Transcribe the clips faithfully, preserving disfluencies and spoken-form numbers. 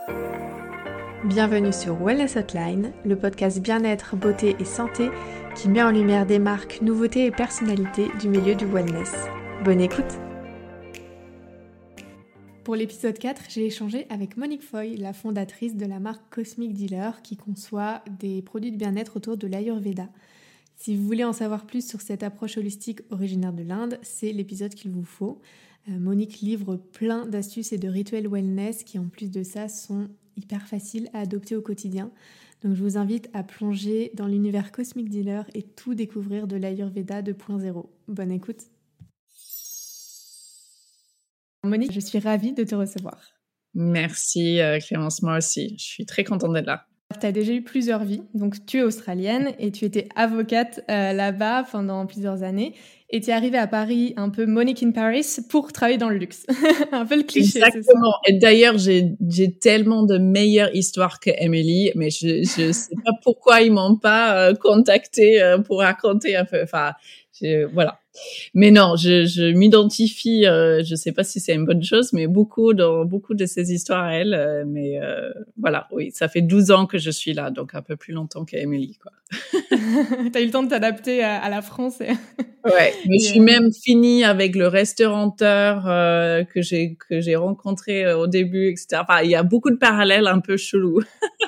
Bienvenue sur Wellness Hotline, le podcast bien-être, beauté et santé qui met en lumière des marques, nouveautés et personnalités du milieu du wellness. Bonne écoute! Pour l'épisode quatre, j'ai échangé avec Monique Foy, la fondatrice de la marque Cosmic Dealer qui conçoit des produits de bien-être autour de l'Ayurveda. Si vous voulez en savoir plus sur cette approche holistique originaire de l'Inde, c'est l'épisode qu'il vous faut. Euh, Monique livre plein d'astuces et de rituels wellness qui, en plus de ça, sont hyper faciles à adopter au quotidien. Donc je vous invite à plonger dans l'univers Cosmic Dealer et tout découvrir de l'Ayurveda deux point zéro. Bonne écoute. Monique, je suis ravie de te recevoir. Merci euh, Clémence, moi aussi. Je suis très contente d'être là. Tu as déjà eu plusieurs vies. Donc tu es australienne et tu étais avocate euh, là-bas pendant plusieurs années. Et tu es arrivée à Paris, un peu Monique in Paris, pour travailler dans le luxe. Un peu le cliché, Exactement. C'est ça. Et d'ailleurs, j'ai, j'ai tellement de meilleures histoires que Emily, mais je je sais pas pourquoi ils m'ont pas euh, contacté euh, pour raconter un peu. Enfin, je, voilà. Mais non, je, je m'identifie, euh, je sais pas si c'est une bonne chose, mais beaucoup dans beaucoup de ces histoires à elle. Euh, mais euh, voilà, oui, ça fait douze ans que je suis là, donc un peu plus longtemps qu'Emily, quoi. T'as eu le temps de t'adapter à, à la France. Et... Ouais, mais et je suis euh... même finie avec le restaurateur euh, que j'ai que j'ai rencontré euh, au début, et cetera. Enfin, il y a beaucoup de parallèles un peu chelous.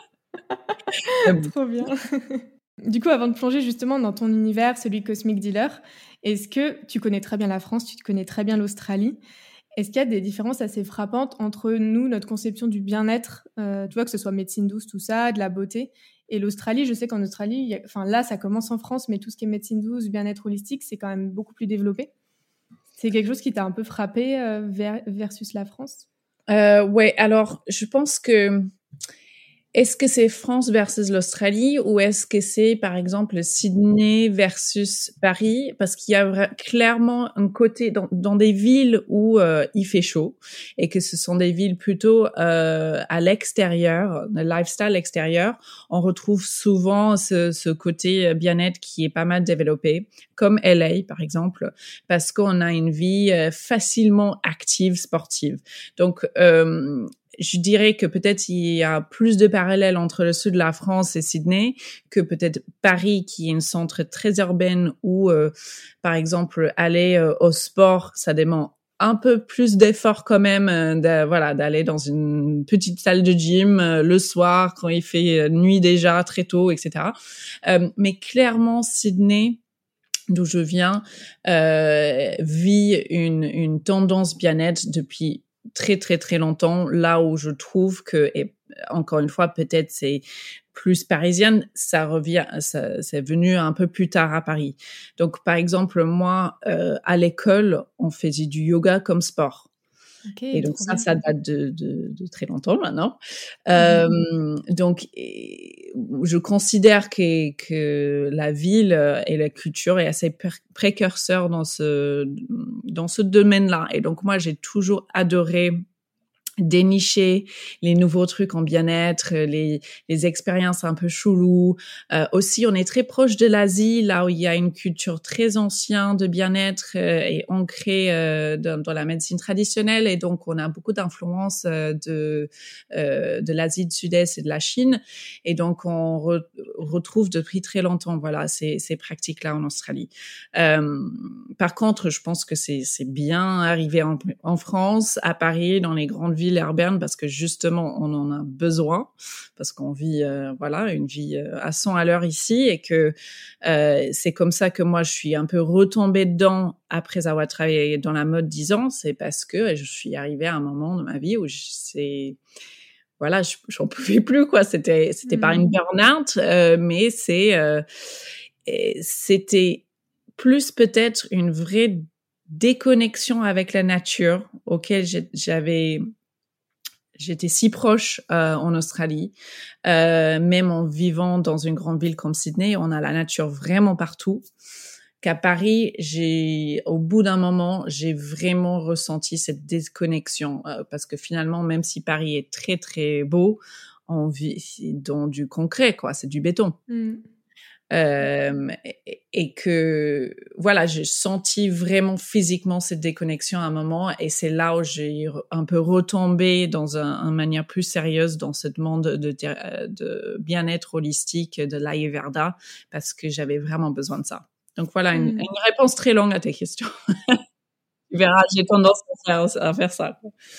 Trop bien. Du coup, avant de plonger justement dans ton univers, celui Cosmic Dealer, est-ce que tu connais très bien la France, tu connais très bien l'Australie? Est-ce qu'il y a des différences assez frappantes entre nous, notre conception du bien-être, euh, tu vois, que ce soit médecine douce, tout ça, de la beauté, et l'Australie? Je sais qu'en Australie, il y a, enfin là, ça commence en France, mais tout ce qui est médecine douce, bien-être holistique, c'est quand même beaucoup plus développé. C'est quelque chose qui t'a un peu frappé euh, ver- versus la France? Euh, ouais, alors je pense que est-ce que c'est France versus l'Australie ou est-ce que c'est, par exemple, Sydney versus Paris? Parce qu'il y a vra- clairement un côté dans, dans des villes où euh, il fait chaud et que ce sont des villes plutôt euh, à l'extérieur, le lifestyle extérieur. On retrouve souvent ce, ce côté bien-être qui est pas mal développé, comme L A, par exemple, parce qu'on a une vie euh, facilement active, sportive. Donc, euh, je dirais que peut-être il y a plus de parallèles entre le sud de la France et Sydney que peut-être Paris, qui est un centre très urbain où, euh, par exemple, aller euh, au sport, ça demande un peu plus d'effort quand même, euh, de, voilà, d'aller dans une petite salle de gym euh, le soir quand il fait euh, nuit déjà très tôt, et cetera. Euh, mais clairement, Sydney, d'où je viens, euh, vit une, une tendance bien-être depuis très très très longtemps, là où je trouve que, et encore une fois peut-être c'est plus parisienne, ça revient, ça, c'est venu un peu plus tard à Paris. Donc par exemple moi euh, à l'école on faisait du yoga comme sport. Okay, et donc ça, bien. ça date de, de, de très longtemps maintenant. Euh, donc, je considère que, que la ville et la culture est assez précurseur dans ce, dans ce domaine-là. Et donc, moi, j'ai toujours adoré dénicher les nouveaux trucs en bien-être, les, les expériences un peu cheloues. Euh, aussi, on est très proche de l'Asie, là où il y a une culture très ancienne de bien-être euh, et ancrée euh, dans, dans la médecine traditionnelle. Et donc, on a beaucoup d'influence euh, de, euh, de l'Asie du Sud-Est et de la Chine. Et donc, on re, retrouve depuis très longtemps voilà, ces, ces pratiques-là en Australie. Euh, par contre, je pense que c'est, c'est bien arrivé en, en France, à Paris, dans les grandes villes urbaine parce que justement on en a besoin parce qu'on vit euh, voilà une vie euh, à cent à l'heure ici et que euh, c'est comme ça que moi je suis un peu retombée dedans après avoir travaillé dans la mode dix ans. C'est parce que je suis arrivée à un moment de ma vie où je, c'est voilà je, j'en pouvais plus quoi. C'était c'était mmh. pas une burn-out euh, mais c'est euh, c'était plus peut-être une vraie déconnexion avec la nature auquel j'avais J'étais si proche euh, en Australie, euh, même en vivant dans une grande ville comme Sydney, on a la nature vraiment partout. Qu'à Paris, j'ai, au bout d'un moment, j'ai vraiment ressenti cette déconnexion euh, parce que finalement, même si Paris est très très beau, on vit dans du concret, quoi, c'est du béton. Mm. Euh, et, et que, voilà, j'ai senti vraiment physiquement cette déconnexion à un moment. Et c'est là où j'ai un peu retombé dans un, une manière plus sérieuse dans ce monde de, de, de bien-être holistique de l'Ayurveda, parce que j'avais vraiment besoin de ça. Donc voilà, une, mmh. une réponse très longue à tes questions. Tu verras, j'ai tendance à faire, à faire ça.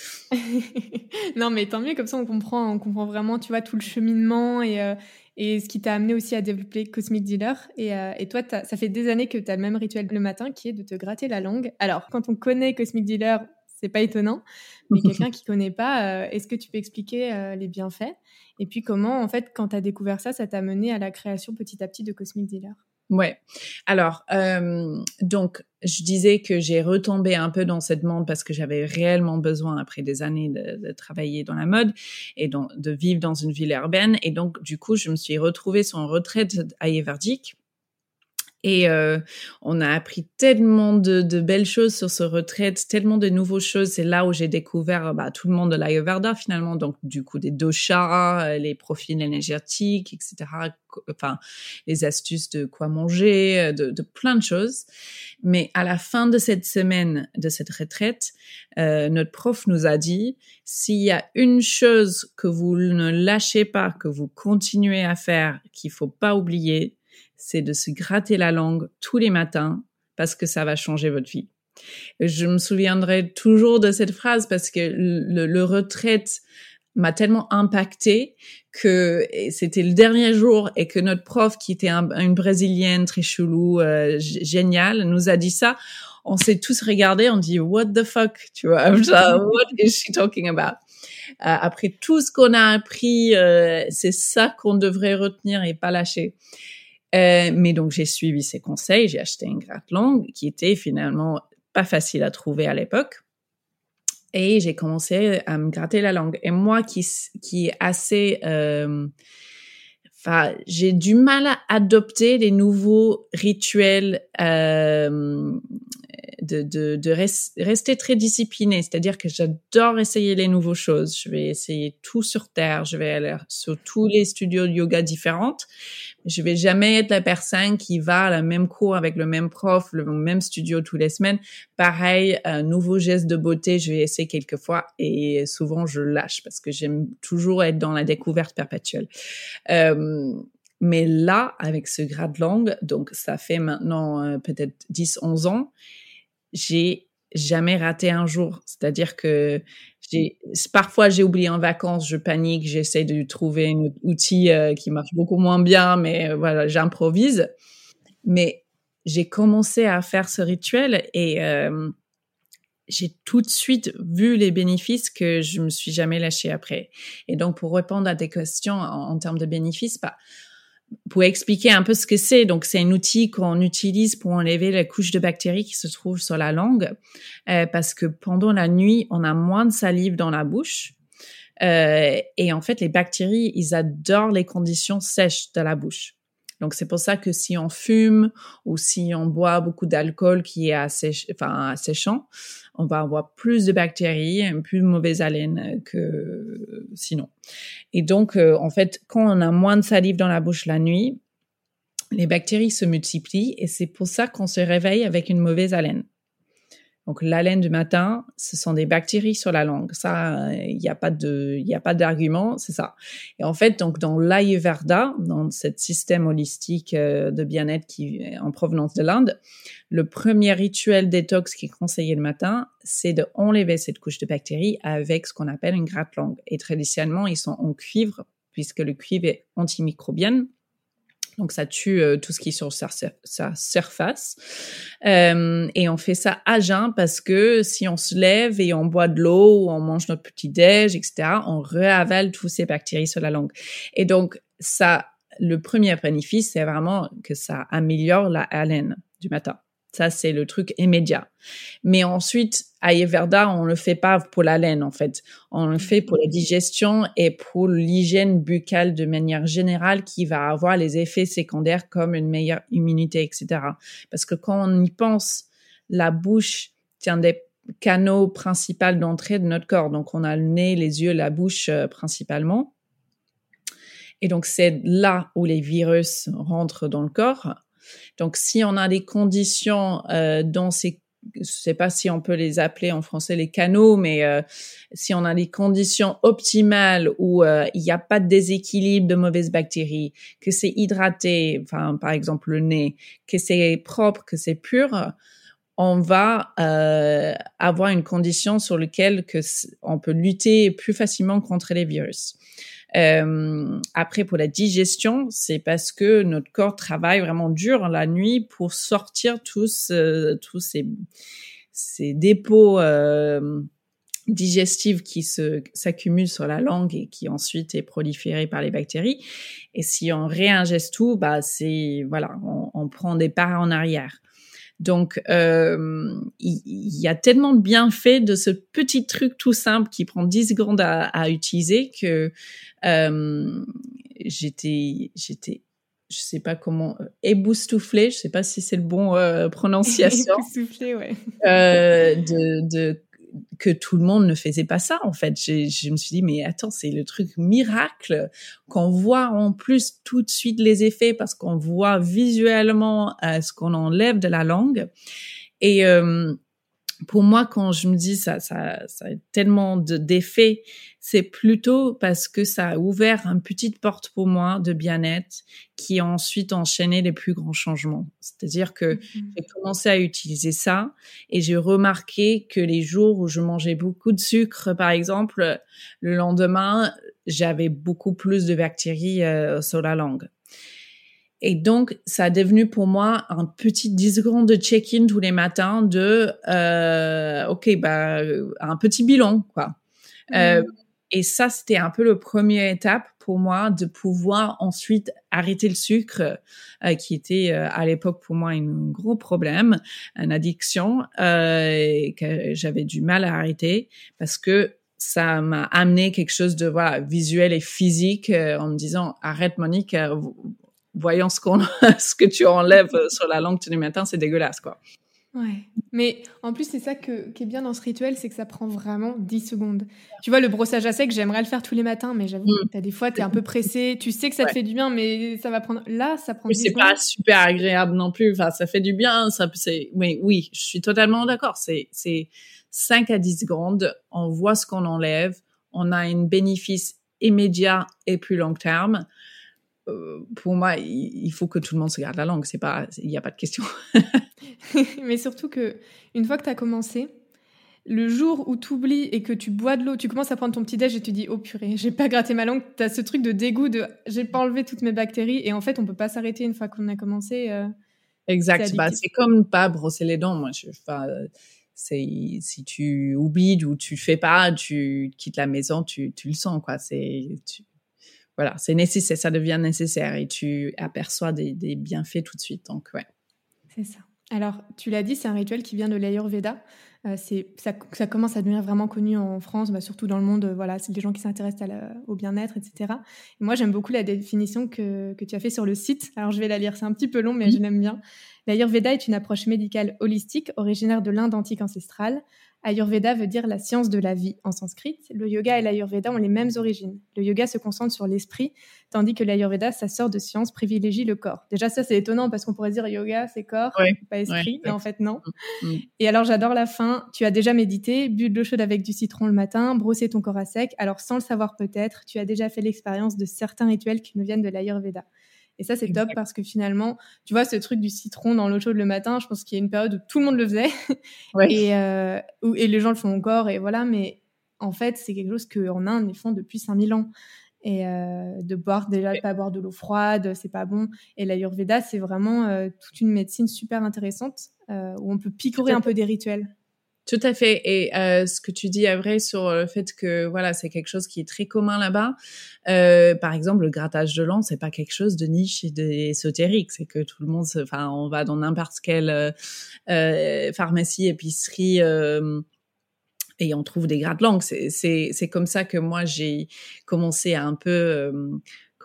Non, mais tant mieux, comme ça on comprend, on comprend vraiment, tu vois, tout le cheminement et, euh, et ce qui t'a amené aussi à développer Cosmic Dealer. Et, euh, et toi, ça fait des années que tu as le même rituel le matin qui est de te gratter la langue. Alors, quand on connaît Cosmic Dealer, c'est pas étonnant, mais quelqu'un qui connaît pas, euh, est-ce que tu peux expliquer euh, les bienfaits? Et puis comment, en fait, quand tu as découvert ça, ça t'a mené à la création petit à petit de Cosmic Dealer? Ouais. Alors, euh, donc, je disais que j'ai retombé un peu dans cette monde parce que j'avais réellement besoin, après des années de, de travailler dans la mode et dans, de vivre dans une ville urbaine. Et donc, du coup, je me suis retrouvée sur une retraite ayurvédique. Et euh, on a appris tellement de, de belles choses sur ce retraite, tellement de nouvelles choses. C'est là où j'ai découvert bah, tout le monde de l'Ayurveda finalement, donc du coup des doshas, les profils énergétiques, et cetera. Enfin, les astuces de quoi manger, de, de plein de choses. Mais à la fin de cette semaine, de cette retraite, euh, notre prof nous a dit, s'il y a une chose que vous ne lâchez pas, que vous continuez à faire, qu'il faut pas oublier, c'est de se gratter la langue tous les matins parce que ça va changer votre vie. Je me souviendrai toujours de cette phrase parce que le, le retraite m'a tellement impactée que c'était le dernier jour et que notre prof, qui était un, une Brésilienne très chelou, euh, géniale, nous a dit ça. On s'est tous regardés, on dit « What the fuck ?» Tu vois, what is she talking about? Euh, après tout ce qu'on a appris, euh, c'est ça qu'on devrait retenir et pas lâcher. Euh, mais donc, j'ai suivi ses conseils. J'ai acheté une gratte-langue qui était finalement pas facile à trouver à l'époque. Et j'ai commencé à me gratter la langue. Et moi, qui, qui est assez... Euh, enfin, j'ai du mal à adopter les nouveaux rituels euh, de, de, de res, rester très disciplinée. C'est-à-dire que j'adore essayer les nouvelles choses. Je vais essayer tout sur Terre. Je vais aller sur tous les studios de yoga différentes. Je vais jamais être la personne qui va à la même cours avec le même prof, le même studio tous les semaines. Pareil, un nouveau geste de beauté, je vais essayer quelques fois et souvent je lâche parce que j'aime toujours être dans la découverte perpétuelle. Euh, mais là, avec ce gratte-langue, donc ça fait maintenant euh, peut-être dix, onze ans, j'ai jamais raté un jour. C'est-à-dire que j'ai, parfois j'ai oublié en vacances, je panique, j'essaie de trouver un outil euh, qui marche beaucoup moins bien, mais euh, voilà, j'improvise. Mais j'ai commencé à faire ce rituel et euh, j'ai tout de suite vu les bénéfices que je me suis jamais lâchée après. Et donc, pour répondre à tes questions en, en termes de bénéfices, bah, pour expliquer un peu ce que c'est, donc c'est un outil qu'on utilise pour enlever la couche de bactéries qui se trouve sur la langue, euh, parce que pendant la nuit, on a moins de salive dans la bouche. Euh, et en fait, les bactéries, ils adorent les conditions sèches de la bouche. Donc, c'est pour ça que si on fume ou si on boit beaucoup d'alcool qui est assèch, enfin, asséchant, on va avoir plus de bactéries, plus de mauvaise haleine que sinon. Et donc, euh, en fait, quand on a moins de salive dans la bouche la nuit, les bactéries se multiplient et c'est pour ça qu'on se réveille avec une mauvaise haleine. Donc, l'haleine du matin, ce sont des bactéries sur la langue. Ça, il euh, n'y a pas de, il y a pas d'argument, c'est ça. Et en fait, donc, dans l'Ayurveda, dans ce système holistique euh, de bien-être qui est en provenance de l'Inde, le premier rituel détox qui est conseillé le matin, c'est de enlever cette couche de bactéries avec ce qu'on appelle une gratte-langue. Et traditionnellement, ils sont en cuivre, puisque le cuivre est antimicrobien. Donc, ça tue euh, tout ce qui est sur sa, sa surface. Euh, et on fait ça à jeun parce que si on se lève et on boit de l'eau ou on mange notre petit-déj, et cetera, on réavale toutes ces bactéries sur la langue. Et donc, ça, le premier bénéfice, c'est vraiment que ça améliore la haleine du matin. Ça, c'est le truc immédiat. Mais ensuite, Ayurveda, on le fait pas pour la laine, en fait. On le fait pour la digestion et pour l'hygiène buccale de manière générale qui va avoir les effets secondaires comme une meilleure immunité, et cetera. Parce que quand on y pense, la bouche tient des canaux principaux d'entrée de notre corps. Donc, on a le nez, les yeux, la bouche euh, principalement. Et donc, c'est là où les virus rentrent dans le corps. Donc, si on a des conditions euh, dans ces, je sais pas si on peut les appeler en français les canaux, mais euh, si on a des conditions optimales où euh, il n'y a pas de déséquilibre de mauvaises bactéries, que c'est hydraté, enfin par exemple le nez, que c'est propre, que c'est pur, on va euh, avoir une condition sur laquelle que on peut lutter plus facilement contre les virus. Euh, après, pour la digestion, c'est parce que notre corps travaille vraiment dur la nuit pour sortir tous euh, tous ces ces dépôts euh, digestifs qui se s'accumulent sur la langue et qui ensuite est proliféré par les bactéries. Et si on réingeste tout, bah c'est voilà, on, on prend des pas en arrière. Donc, euh, il, il y a tellement de bienfaits de ce petit truc tout simple qui prend dix secondes à, à utiliser que euh, j'étais, j'étais, je sais pas comment, euh, éboustouflée, je sais pas si c'est le bon euh, prononciation. Éboustouflée, ouais. Euh, de, de que tout le monde ne faisait pas ça, en fait. J'ai, je me suis dit, mais attends, c'est le truc miracle qu'on voit en plus tout de suite les effets parce qu'on voit visuellement euh, ce qu'on enlève de la langue. Et euh, pour moi, quand je me dis ça, ça, ça a tellement de, d'effets, c'est plutôt parce que ça a ouvert une petite porte pour moi de bien-être qui a ensuite enchaîné les plus grands changements. C'est-à-dire que mm-hmm. j'ai commencé à utiliser ça et j'ai remarqué que les jours où je mangeais beaucoup de sucre, par exemple, le lendemain, j'avais beaucoup plus de bactéries euh, sur la langue. Et donc, ça a devenu pour moi un petit dix secondes de check-in tous les matins de, euh, ok, bah, un petit bilan, quoi. Mmh. Euh, et ça, c'était un peu le premier étape pour moi de pouvoir ensuite arrêter le sucre, euh, qui était euh, à l'époque pour moi un gros problème, une addiction, euh, et que j'avais du mal à arrêter parce que ça m'a amené quelque chose de voilà visuel et physique euh, en me disant arrête Monique, euh, voyons ce qu'on ce que tu enlèves sur la langue tous les matins, c'est dégueulasse quoi. Ouais. Mais en plus c'est ça que qui est bien dans ce rituel, c'est que ça prend vraiment dix secondes. Tu vois le brossage à sec, j'aimerais le faire tous les matins mais j'avoue mmh. t'as des fois t'es un peu pressé, tu sais que ça ouais. te fait du bien mais ça va prendre là ça prend mais dix c'est secondes. Pas super agréable non plus, enfin ça fait du bien, ça c'est mais oui, je suis totalement d'accord, c'est c'est cinq à dix secondes, on voit ce qu'on enlève, on a un bénéfice immédiat et plus long terme. Euh, pour moi, il faut que tout le monde se garde la langue. C'est pas, il n'y a pas de question. Mais surtout que une fois que tu as commencé, le jour où tu oublies et que tu bois de l'eau, tu commences à prendre ton petit déj et tu dis oh purée, j'ai pas gratté ma langue. T'as ce truc de dégoût de j'ai pas enlevé toutes mes bactéries et en fait on peut pas s'arrêter une fois qu'on a commencé. Euh, exact. C'est, bah, c'est comme pas brosser les dents. Moi, je, enfin, c'est si tu oublies ou tu fais pas, tu quittes la maison, tu tu le sens quoi. C'est tu, Voilà, c'est nécessaire, ça devient nécessaire et tu aperçois des, des bienfaits tout de suite. Donc, ouais. C'est ça. Alors, tu l'as dit, c'est un rituel qui vient de l'Ayurveda. Euh, c'est, ça, ça commence à devenir vraiment connu en France, bah, surtout dans le monde. Voilà, c'est des gens qui s'intéressent à la, au bien-être, et cetera. Et moi, j'aime beaucoup la définition que, que tu as fait sur le site. Alors, je vais la lire. C'est un petit peu long, mais mmh. je l'aime bien. L'Ayurveda est une approche médicale holistique originaire de l'Inde antique ancestrale. Ayurveda veut dire la science de la vie en sanskrit. Le yoga et l'Ayurveda ont les mêmes origines. Le yoga se concentre sur l'esprit, tandis que l'Ayurveda, sa sort de science, privilégie le corps. Déjà, ça, c'est étonnant parce qu'on pourrait dire yoga, c'est corps, ouais, pas esprit, ouais, mais en fait, non. Mmh. Et alors, j'adore la fin. Tu as déjà médité, bu de l'eau chaude avec du citron le matin, brossé ton corps à sec. Alors, sans le savoir peut-être, tu as déjà fait l'expérience de certains rituels qui nous viennent de l'Ayurveda. Et ça, c'est exact. Top parce que finalement, tu vois, ce truc du citron dans l'eau chaude le matin, je pense qu'il y a une période où tout le monde le faisait. Ouais. et, euh, où, et les gens le font encore, et voilà. Mais en fait, c'est quelque chose qu'en Inde, ils font depuis cinq mille ans. Et euh, de boire, déjà, de pas boire de l'eau froide, c'est pas bon. Et l'Ayurveda, c'est vraiment euh, toute une médecine super intéressante euh, où on peut picorer un peu des rituels. Tout à fait. Et euh, ce que tu dis est vrai sur le fait que voilà, c'est quelque chose qui est très commun là-bas. Euh, par exemple, le grattage de langue, c'est pas quelque chose de niche et d'ésotérique. C'est que tout le monde, enfin, on va dans n'importe quelle euh, pharmacie, épicerie. Euh, et on trouve des gratte-langues. C'est, c'est, c'est comme ça que moi, j'ai commencé à un peu, euh,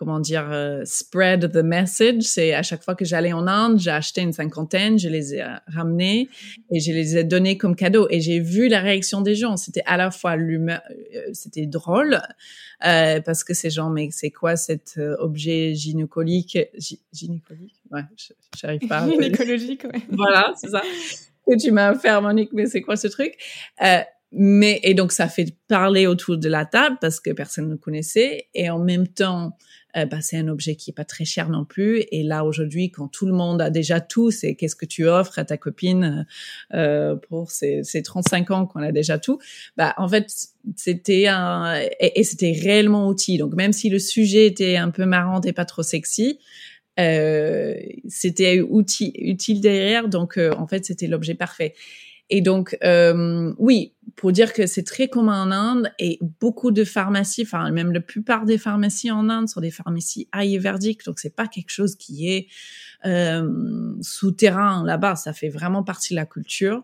comment dire, euh, spread the message. C'est à chaque fois que j'allais en Inde, j'ai acheté une cinquantaine, je les ai ramenés et je les ai donnés comme cadeau. Et j'ai vu la réaction des gens. C'était à la fois l'humeur, euh, c'était drôle euh, parce que ces gens, mais c'est quoi cet euh, objet gynécologique, gy- gynécologique? Ouais, j'arrive pas. À... Gynécologique, ouais. Voilà, c'est ça. Que tu m'as offert, Monique, mais c'est quoi ce truc? Euh, mais, et donc, ça fait parler autour de la table parce que personne ne connaissait. Et en même temps, euh, bah, c'est un objet qui est pas très cher non plus. Et là, aujourd'hui, quand tout le monde a déjà tout, c'est qu'est-ce que tu offres à ta copine, euh, pour ces, ces trente-cinq ans qu'on a déjà tout. Bah, en fait, c'était un, et, et c'était réellement utile. Donc, même si le sujet était un peu marrant et pas trop sexy, euh, c'était utile, utile derrière. Donc, euh, en fait, c'était l'objet parfait. Et donc, euh, oui, pour dire que c'est très commun en Inde et beaucoup de pharmacies, enfin même la plupart des pharmacies en Inde sont des pharmacies ayurvédiques, donc c'est pas quelque chose qui est euh, souterrain là-bas, ça fait vraiment partie de la culture.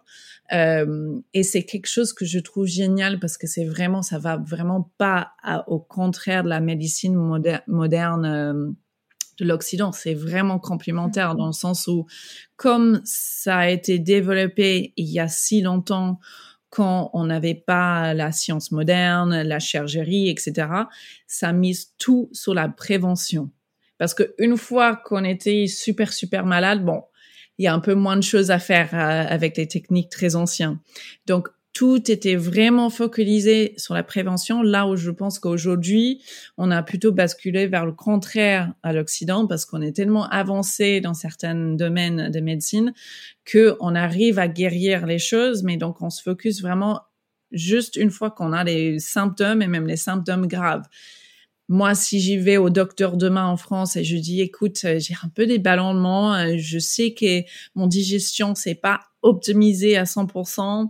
Euh, et c'est quelque chose que je trouve génial parce que c'est vraiment, ça va vraiment pas à, au contraire de la médecine moder- moderne. Euh, de l'Occident, c'est vraiment complémentaire dans le sens où, comme ça a été développé il y a si longtemps, quand on n'avait pas la science moderne, la chirurgie, et cetera, ça mise tout sur la prévention. Parce que une fois qu'on était super, super malade, bon, il y a un peu moins de choses à faire euh, avec les techniques très anciennes. Donc, tout était vraiment focalisé sur la prévention, là où je pense qu'aujourd'hui, on a plutôt basculé vers le contraire à l'Occident parce qu'on est tellement avancé dans certains domaines de médecine qu'on arrive à guérir les choses, mais donc on se focus vraiment juste une fois qu'on a les symptômes et même les symptômes graves. Moi, si j'y vais au docteur demain en France et je dis, écoute, j'ai un peu des ballonnements, je sais que mon digestion, c'est pas optimisé à cent pour cent,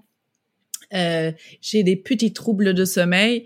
Euh, j'ai des petits troubles de sommeil,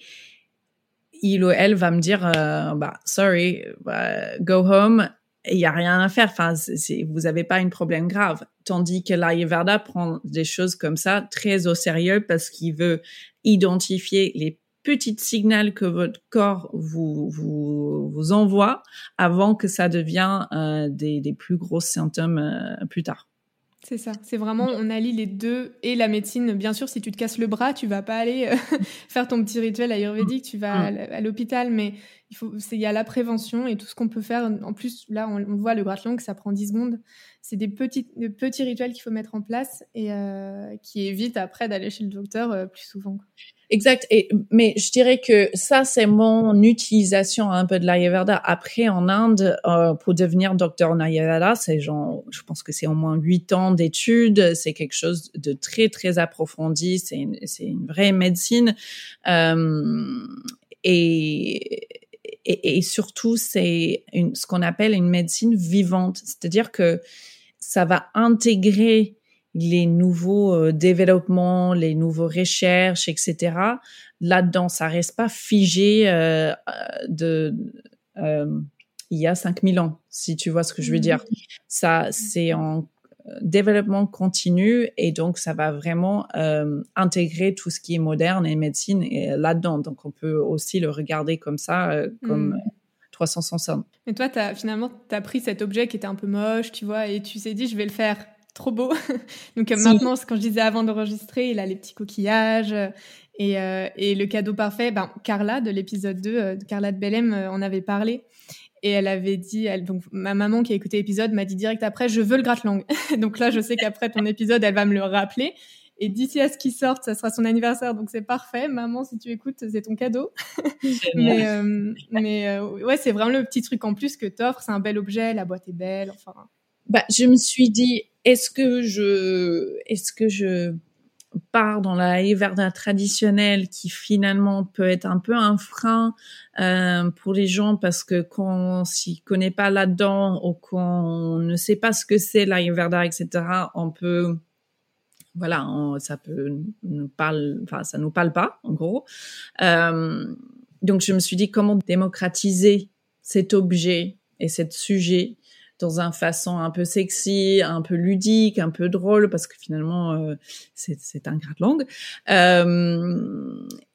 il ou elle va me dire, euh, bah, sorry, bah, go home, il y a rien à faire. Enfin, c'est, c'est, vous avez pas un problème grave. Tandis que l'Ayurveda prend des choses comme ça très au sérieux parce qu'il veut identifier les petits signaux que votre corps vous vous vous envoie avant que ça devienne euh, des, des plus gros symptômes euh, plus tard. C'est ça, c'est vraiment, on allie les deux et la médecine. Bien sûr, si tu te casses le bras, tu vas pas aller euh, faire ton petit rituel ayurvédique, tu vas à, à l'hôpital, mais il faut, c'est, il y a la prévention et tout ce qu'on peut faire. En plus, là, on, on voit le Gratlang, ça prend dix secondes. C'est des petits, des petits rituels qu'il faut mettre en place et euh, qui évitent après d'aller chez le docteur euh, plus souvent, quoi. Exact. Et, mais je dirais que ça, c'est mon utilisation un peu de l'Ayurveda. Après, en Inde, euh, pour devenir docteur en Ayurveda, c'est genre, je pense que c'est au moins huit ans d'études. C'est quelque chose de très, très approfondi. C'est une, c'est une vraie médecine. Euh, et, et, et surtout, c'est une, ce qu'on appelle une médecine vivante. C'est-à-dire que ça va intégrer les nouveaux euh, développements, les nouveaux recherches, et cetera. Là-dedans, ça reste pas figé euh, de euh, il y a cinq mille ans, si tu vois ce que je veux dire. Ça, c'est en développement continu et donc ça va vraiment euh, intégrer tout ce qui est moderne et médecine et, là-dedans. Donc, on peut aussi le regarder comme ça, euh, comme mm. trois cent soixante. Mais toi, t'as, finalement, tu as pris cet objet qui était un peu moche, tu vois, et tu t'es dit, je vais le faire. Trop beau. Donc euh, si. Maintenant, quand je disais avant d'enregistrer, il a les petits coquillages euh, et, euh, et le cadeau parfait. Ben, Carla, de l'épisode deux, euh, Carla de Bellem, euh, en avait parlé. Et elle avait dit, elle, donc ma maman qui a écouté l'épisode m'a dit direct après, je veux le Gratlang. Donc là, je sais qu'après ton épisode, elle va me le rappeler. Et d'ici à ce qu'il sorte, ça sera son anniversaire, donc c'est parfait. Maman, si tu écoutes, c'est ton cadeau. mais euh, mais euh, ouais, c'est vraiment le petit truc en plus que t'offres. C'est un bel objet, la boîte est belle. Enfin. Bah, je me suis dit, est-ce que je, est-ce que je pars dans la Ayurveda traditionnelle qui finalement peut être un peu un frein euh, pour les gens parce que quand on s'y connaît pas là-dedans ou qu'on ne sait pas ce que c'est l'Ayurveda, et cetera, on peut, voilà, on, ça peut nous parle, enfin, ça nous parle pas, en gros. Euh, donc, je me suis dit comment démocratiser cet objet et cet sujet dans une façon un peu sexy, un peu ludique, un peu drôle, parce que finalement, euh, c'est, c'est un Gratlang. Euh,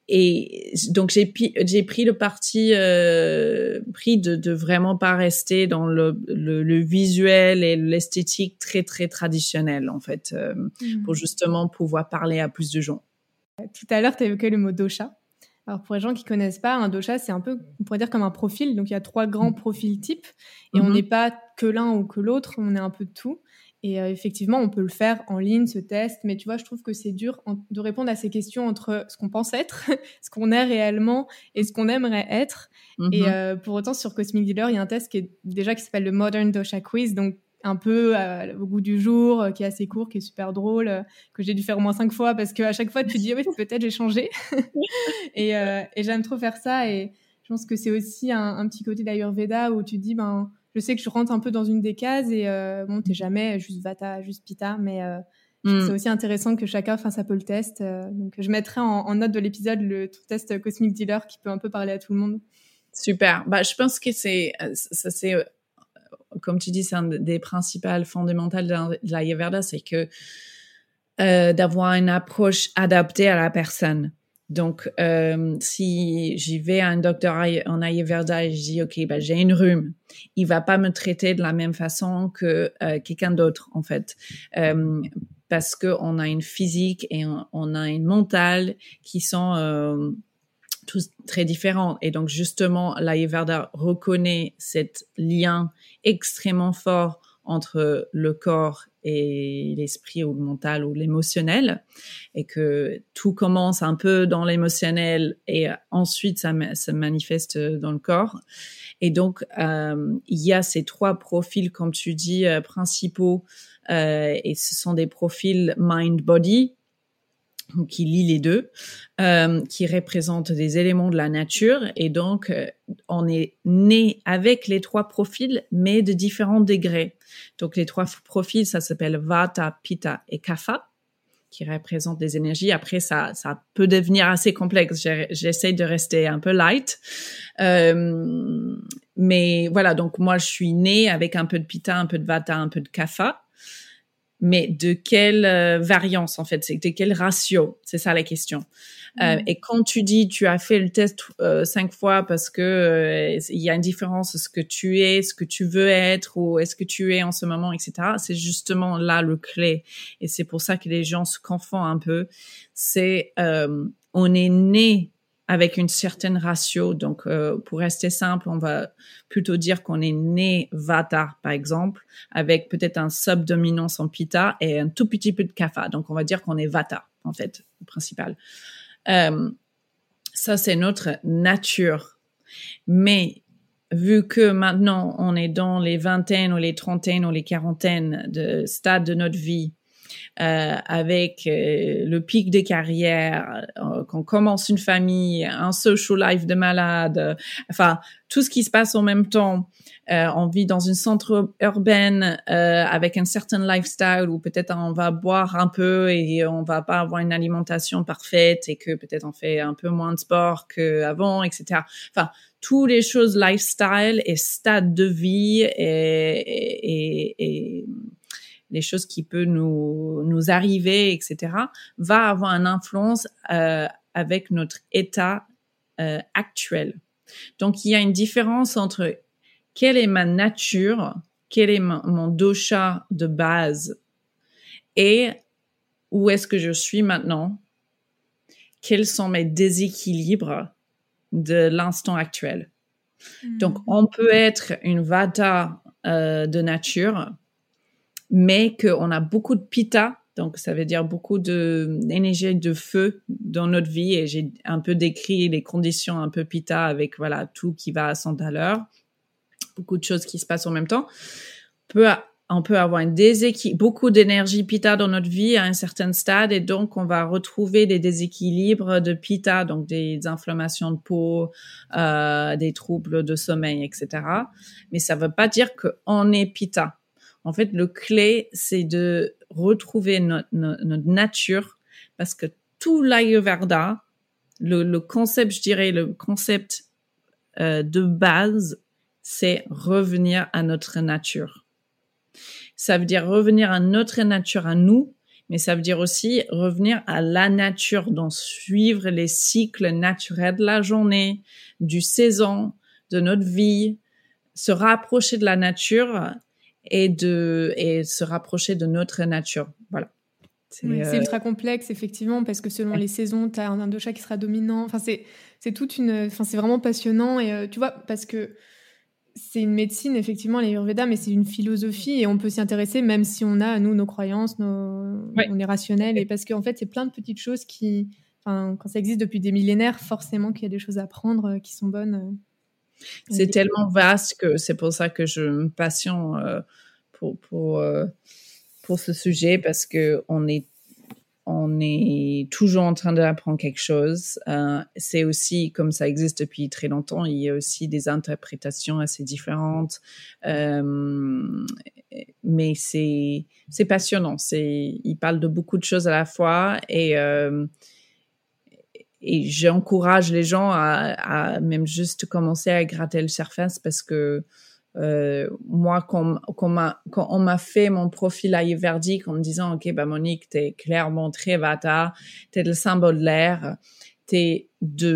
et donc j'ai j'ai pris le parti euh, pris de de vraiment pas rester dans le le, le visuel et l'esthétique très très traditionnelle en fait, euh, mmh. pour justement pouvoir parler à plus de gens. Tout à l'heure, tu as évoqué le mot dosha. Alors pour les gens qui connaissent pas, un dosha, c'est un peu, on pourrait dire comme un profil. Donc il y a trois grands profils types et mm-hmm. on n'est pas que l'un ou que l'autre, on est un peu de tout. Et euh, effectivement, on peut le faire en ligne, ce test. Mais tu vois, je trouve que c'est dur en, de répondre à ces questions entre ce qu'on pense être, ce qu'on est réellement et ce qu'on aimerait être. Mm-hmm. Et euh, pour autant, sur Cosmic Dealer, il y a un test qui est déjà qui s'appelle le Modern Dosha Quiz. Donc un peu euh, au goût du jour, euh, qui est assez court, qui est super drôle, euh, que j'ai dû faire au moins cinq fois parce qu'à chaque fois tu te dis oui, peut-être j'ai changé. et, euh, et j'aime trop faire ça, et je pense que c'est aussi un, un petit côté d'Ayurveda où tu te dis ben je sais que je rentre un peu dans une des cases et euh, bon t'es jamais juste Vata, juste Pitta, mais euh, je trouve mm. c'est aussi intéressant que chacun fasse un peu le test. Euh, donc je mettrai en, en note de l'épisode le test Cosmic Dealer qui peut un peu parler à tout le monde. Super. Bah je pense que c'est ça c'est comme tu dis, c'est un des principales fondamentales de l'Ayurveda, c'est que euh, d'avoir une approche adaptée à la personne. Donc, euh, si j'y vais à un docteur en Ayurveda et je dis, OK, bah, j'ai une rhume, il va pas me traiter de la même façon que euh, quelqu'un d'autre, en fait. Euh, parce que on a une physique et on, on a une mentale qui sont euh, tous très différents. Et donc, justement, l'Ayurveda reconnaît cet lien extrêmement fort entre le corps et l'esprit ou le mental ou l'émotionnel, et que tout commence un peu dans l'émotionnel et ensuite ça se manifeste dans le corps. Et donc, euh, il y a ces trois profils, comme tu dis, euh, principaux, euh, et ce sont des profils mind-body, qui lie les deux, euh, qui représentent des éléments de la nature. Et donc, euh, on est né avec les trois profils, mais de différents degrés. Donc, les trois profils, ça s'appelle Vata, Pitta et Kapha, qui représentent des énergies. Après, ça, ça peut devenir assez complexe. J'essaie de rester un peu light. Euh, mais voilà, donc moi, je suis née avec un peu de Pitta, un peu de Vata, un peu de Kapha. Mais de quelle euh, variance, en fait? C'est de quel ratio? C'est ça la question. Mmh. Euh, et quand tu dis tu as fait le test euh, cinq fois parce que euh, il y a une différence ce que tu es, ce que tu veux être, ou est-ce que tu es en ce moment, et cetera. C'est justement là le clé. Et c'est pour ça que les gens se confondent un peu. C'est euh, on est né avec une certaine ratio. Donc, euh, pour rester simple, on va plutôt dire qu'on est né Vata, par exemple, avec peut-être un subdominance en Pitta et un tout petit peu de Kapha. Donc, on va dire qu'on est Vata, en fait, le principal. Euh, ça, c'est notre nature. Mais vu que maintenant, on est dans les vingtaines ou les trentaines ou les quarantaines de stade de notre vie, Euh, avec euh, le pic des carrières, euh, qu'on commence une famille, un social life de malade, euh, enfin tout ce qui se passe en même temps. Euh, on vit dans une centre urbaine euh, avec un certain lifestyle où peut-être on va boire un peu et on va pas avoir une alimentation parfaite et que peut-être on fait un peu moins de sport qu'avant, et cetera. Enfin, toutes les choses lifestyle et stade de vie et, et, et, et les choses qui peuvent nous nous arriver, et cetera, va avoir une influence euh, avec notre état euh, actuel. Donc, il y a une différence entre quelle est ma nature, quel est mon, mon dosha de base et où est-ce que je suis maintenant, quels sont mes déséquilibres de l'instant actuel. Mmh. Donc, on peut être une Vata euh, de nature, mais qu'on a beaucoup de Pitta, donc ça veut dire beaucoup de d'énergie de feu dans notre vie, et j'ai un peu décrit les conditions un peu Pitta avec voilà tout qui va à cent à l'heure, beaucoup de choses qui se passent en même temps. Peut, on peut avoir un déséquilibre, beaucoup d'énergie Pitta dans notre vie à un certain stade, et donc on va retrouver des déséquilibres de Pitta, donc des inflammations de peau, euh, des troubles de sommeil, et cetera. Mais ça veut pas dire qu'on est Pitta. En fait, le clé, c'est de retrouver notre, notre, notre nature, parce que tout l'Ayurveda, le, le concept, je dirais, le concept euh, de base, c'est revenir à notre nature. Ça veut dire revenir à notre nature, à nous, mais ça veut dire aussi revenir à la nature, donc suivre les cycles naturels de la journée, du saison, de notre vie, se rapprocher de la nature et de et se rapprocher de notre nature. Voilà. C'est, oui, euh... c'est ultra complexe, effectivement, parce que selon ouais. les saisons, tu as un dosha qui sera dominant. Enfin, c'est, c'est toute une... Enfin, c'est vraiment passionnant. Et euh, tu vois, parce que c'est une médecine, effectivement, l'Ayurveda, mais c'est une philosophie et on peut s'y intéresser même si on a, nous, nos croyances, nos... Ouais. on est rationnel. Et parce qu'en fait, c'est plein de petites choses qui... Enfin, quand ça existe depuis des millénaires, forcément qu'il y a des choses à apprendre euh, qui sont bonnes. C'est et... tellement vaste que c'est pour ça que je me passionne euh, pour... pour euh... pour ce sujet parce que on est on est toujours en train d'apprendre quelque chose. Euh, c'est aussi comme ça existe depuis très longtemps. Il y a aussi des interprétations assez différentes, euh, mais c'est c'est passionnant. C'est il parle de beaucoup de choses à la fois et euh, et j'encourage les gens à, à même juste commencer à gratter le surface parce que Euh, moi, quand, quand, m'a, quand on m'a fait mon profil ayurvédique en me disant, OK, bah, Monique, t'es clairement très vata, t'es le symbole de l'air, t'es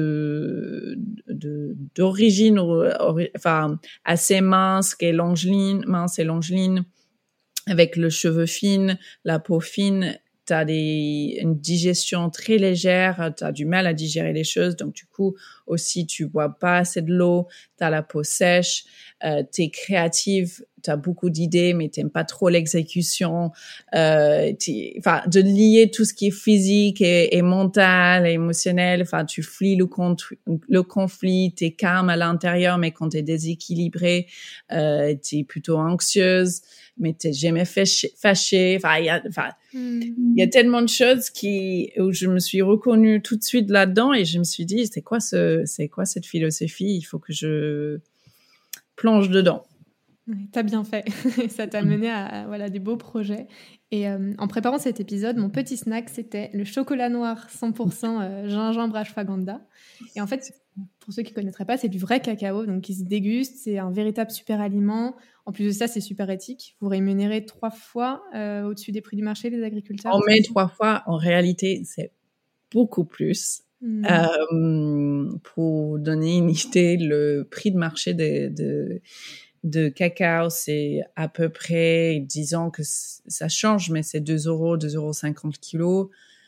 de, de, d'origine, ori, enfin, assez mince et longeline, mince et longeline, avec le cheveu fin, la peau fine, t'as des, une digestion très légère, t'as du mal à digérer les choses, donc du coup, aussi, tu bois pas assez de l'eau, t'as la peau sèche, euh, t'es créative, t'as beaucoup d'idées, mais t'aimes pas trop l'exécution, euh, enfin, de lier tout ce qui est physique et, et mental, et émotionnel, enfin, tu fuis le, contr- le conflit, t'es calme à l'intérieur, mais quand t'es déséquilibré, euh, t'es plutôt anxieuse, mais t'es jamais fâchée, enfin, il y a, enfin, mm. il y a tellement de choses qui, où je me suis reconnue tout de suite là-dedans et je me suis dit, c'est quoi ce, c'est quoi cette philosophie? Il faut que je plonge dedans. Oui, t'as bien fait. Ça t'a mené à, à voilà, des beaux projets. Et euh, en préparant cet épisode, mon petit snack, c'était le chocolat noir cent pour cent euh, gingembre ashwagandha. Et en fait, pour ceux qui ne connaîtraient pas, c'est du vrai cacao, donc qui se déguste. C'est un véritable super aliment. En plus de ça, c'est super éthique. Vous rémunérez trois fois euh, au-dessus des prix du marché, les agriculteurs. On met trois fois. En réalité, c'est beaucoup plus. Mmh. Euh, pour donner une idée, le prix de marché de... de de cacao, c'est à peu près, disons que ça change, mais c'est deux euros, deux euros cinquante kilos.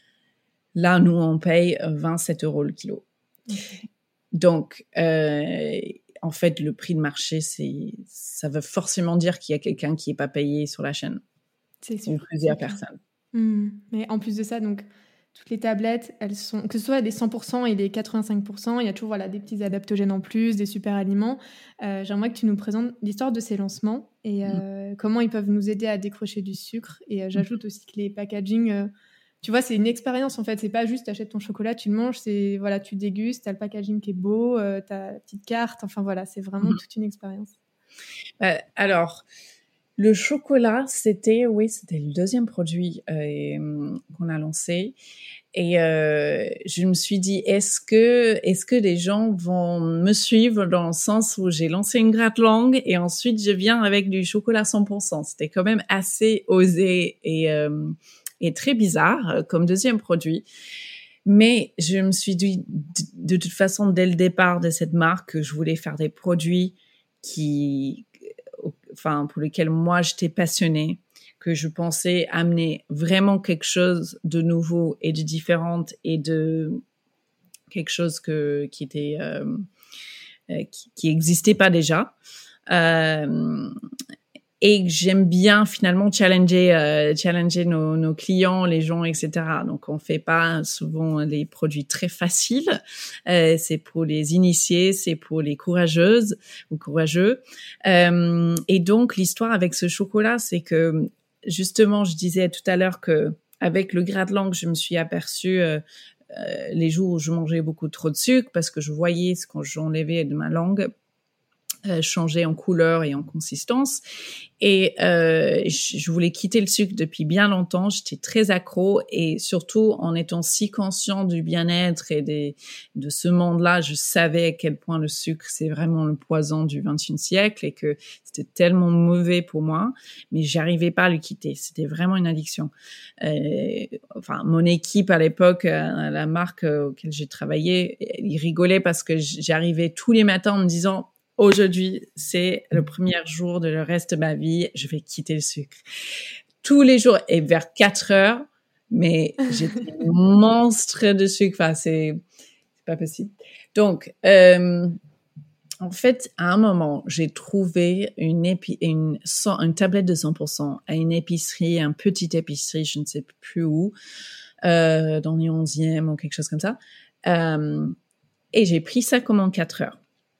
Là, nous, on paye vingt-sept euros le kilo. Okay. Donc, euh, en fait, le prix de marché, c'est, ça veut forcément dire qu'il y a quelqu'un qui n'est pas payé sur la chaîne. C'est sûr. Ou plusieurs personnes. Mmh. Mais en plus de ça, donc, toutes les tablettes, elles sont, que ce soit des cent pour cent et des quatre-vingt-cinq pour cent, il y a toujours voilà, des petits adaptogènes en plus, des super aliments. Euh, j'aimerais que tu nous présentes l'histoire de ces lancements et euh, mmh. comment ils peuvent nous aider à décrocher du sucre. Et euh, j'ajoute aussi que les packaging, euh, tu vois, c'est une expérience en fait. C'est pas juste t'achètes ton chocolat, tu le manges, c'est voilà, tu dégustes, t'as le packaging qui est beau, euh, t'as la petite carte. Enfin voilà, c'est vraiment mmh. toute une expérience. Euh, alors. Le chocolat, c'était, oui, c'était le deuxième produit euh, qu'on a lancé. Et euh, je me suis dit, est-ce que, est-ce que les gens vont me suivre dans le sens où j'ai lancé une gratte-langue et ensuite je viens avec du chocolat cent pour cent. C'était quand même assez osé et, euh, et très bizarre comme deuxième produit. Mais je me suis dit, de, de toute façon, dès le départ de cette marque, que je voulais faire des produits qui... enfin, pour lesquels moi, j'étais passionnée, que je pensais amener vraiment quelque chose de nouveau et de différent et de quelque chose que, qui était, euh, qui, qui existait pas déjà. Euh, et j'aime bien finalement challenger, euh, challenger nos, nos clients, les gens, et cetera. Donc, on fait pas souvent les produits très faciles. Euh, c'est pour les initiés, c'est pour les courageuses ou courageux. Euh, et donc, l'histoire avec ce chocolat, c'est que justement, je disais tout à l'heure que avec le gratte-langue, je me suis aperçue euh, euh, les jours où je mangeais beaucoup trop de sucre parce que je voyais ce quand j'enlevais de ma langue. Euh, changer en couleur et en consistance. Et euh, je voulais quitter le sucre depuis bien longtemps. J'étais très accro et surtout en étant si conscient du bien-être et des, de ce monde-là, je savais à quel point le sucre, c'est vraiment le poison du vingtième siècle et que c'était tellement mauvais pour moi, mais j'arrivais pas à le quitter. C'était vraiment une addiction. Euh, enfin, mon équipe à l'époque, à la marque auquel j'ai travaillé, ils rigolaient parce que j'arrivais tous les matins en me disant aujourd'hui, c'est le premier jour de le reste de ma vie. Je vais quitter le sucre. Tous les jours et vers quatre heures, mais j'étais un monstre de sucre. Enfin, c'est, c'est pas possible. Donc, euh, en fait, à un moment, j'ai trouvé une, épi- une, une tablette de cent pour cent à une épicerie, une petite épicerie, je ne sais plus où, euh, dans les onzième ou quelque chose comme ça. Euh, et j'ai pris ça comme en quatre heures.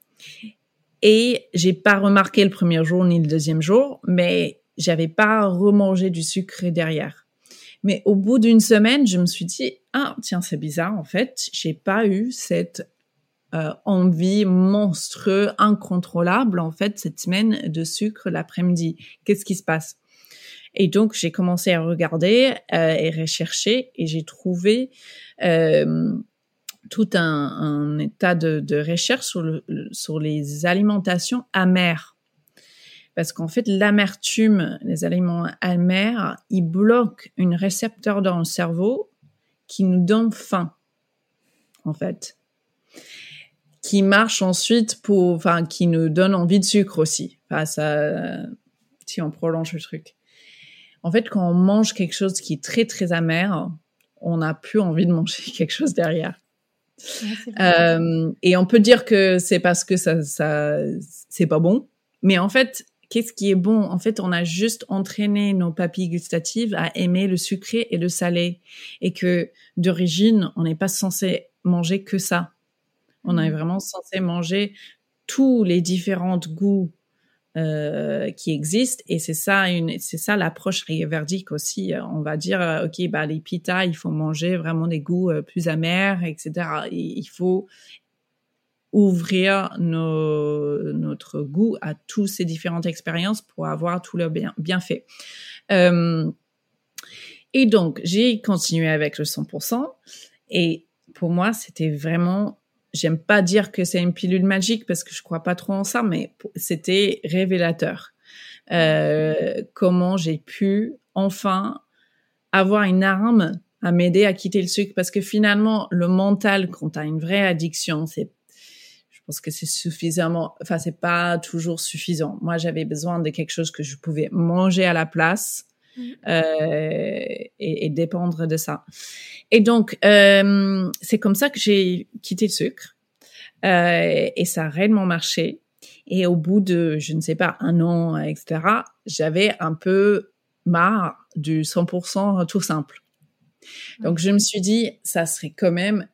Et j'ai pas remarqué le premier jour ni le deuxième jour, mais j'avais pas remangé du sucre derrière. Mais au bout d'une semaine, je me suis dit, ah, tiens, c'est bizarre, en fait, j'ai pas eu cette euh, envie monstrueuse, incontrôlable, en fait, cette semaine de sucre l'après-midi. Qu'est-ce qui se passe? Et donc, j'ai commencé à regarder euh, et rechercher et j'ai trouvé euh, tout un, un état de, de recherche sur, le, sur les alimentations amères. Parce qu'en fait, l'amertume, les aliments amers, ils bloquent une récepteur dans le cerveau qui nous donne faim, en fait. Qui marche ensuite pour, enfin, qui nous donne envie de sucre aussi. Enfin, ça, si on prolonge le truc. En fait, quand on mange quelque chose qui est très, très amer, on n'a plus envie de manger quelque chose derrière. Ouais, euh, et on peut dire que c'est parce que ça, ça, c'est pas bon. Mais en fait, qu'est-ce qui est bon? En fait, on a juste entraîné nos papilles gustatives à aimer le sucré et le salé. Et que, d'origine, on n'est pas censé manger que ça. On est vraiment censé manger tous les différents goûts euh, qui existent. Et c'est ça, une, c'est ça l'approche ayurvédique aussi. On va dire, ok, bah les pitas, il faut manger vraiment des goûts euh, plus amers, et cetera. Et il faut ouvrir nos, notre goût à toutes ces différentes expériences pour avoir tout le bien, bienfait. Euh, et donc, j'ai continué avec le cent pour cent. Et pour moi, c'était vraiment... J'aime pas dire que c'est une pilule magique parce que je crois pas trop en ça, mais c'était révélateur. Euh, comment j'ai pu enfin avoir une arme à m'aider à quitter le sucre, parce que finalement, le mental, quand t'as une vraie addiction, c'est, je pense que c'est suffisamment, enfin, c'est pas toujours suffisant. Moi, j'avais besoin de quelque chose que je pouvais manger à la place. Euh, et, et dépendre de ça. Et donc, euh, c'est comme ça que j'ai quitté le sucre. Euh, et ça a réellement marché. Et au bout de, je ne sais pas, un an, et cetera, j'avais un peu marre du cent pour cent tout simple. Donc, je me suis dit, ça serait quand même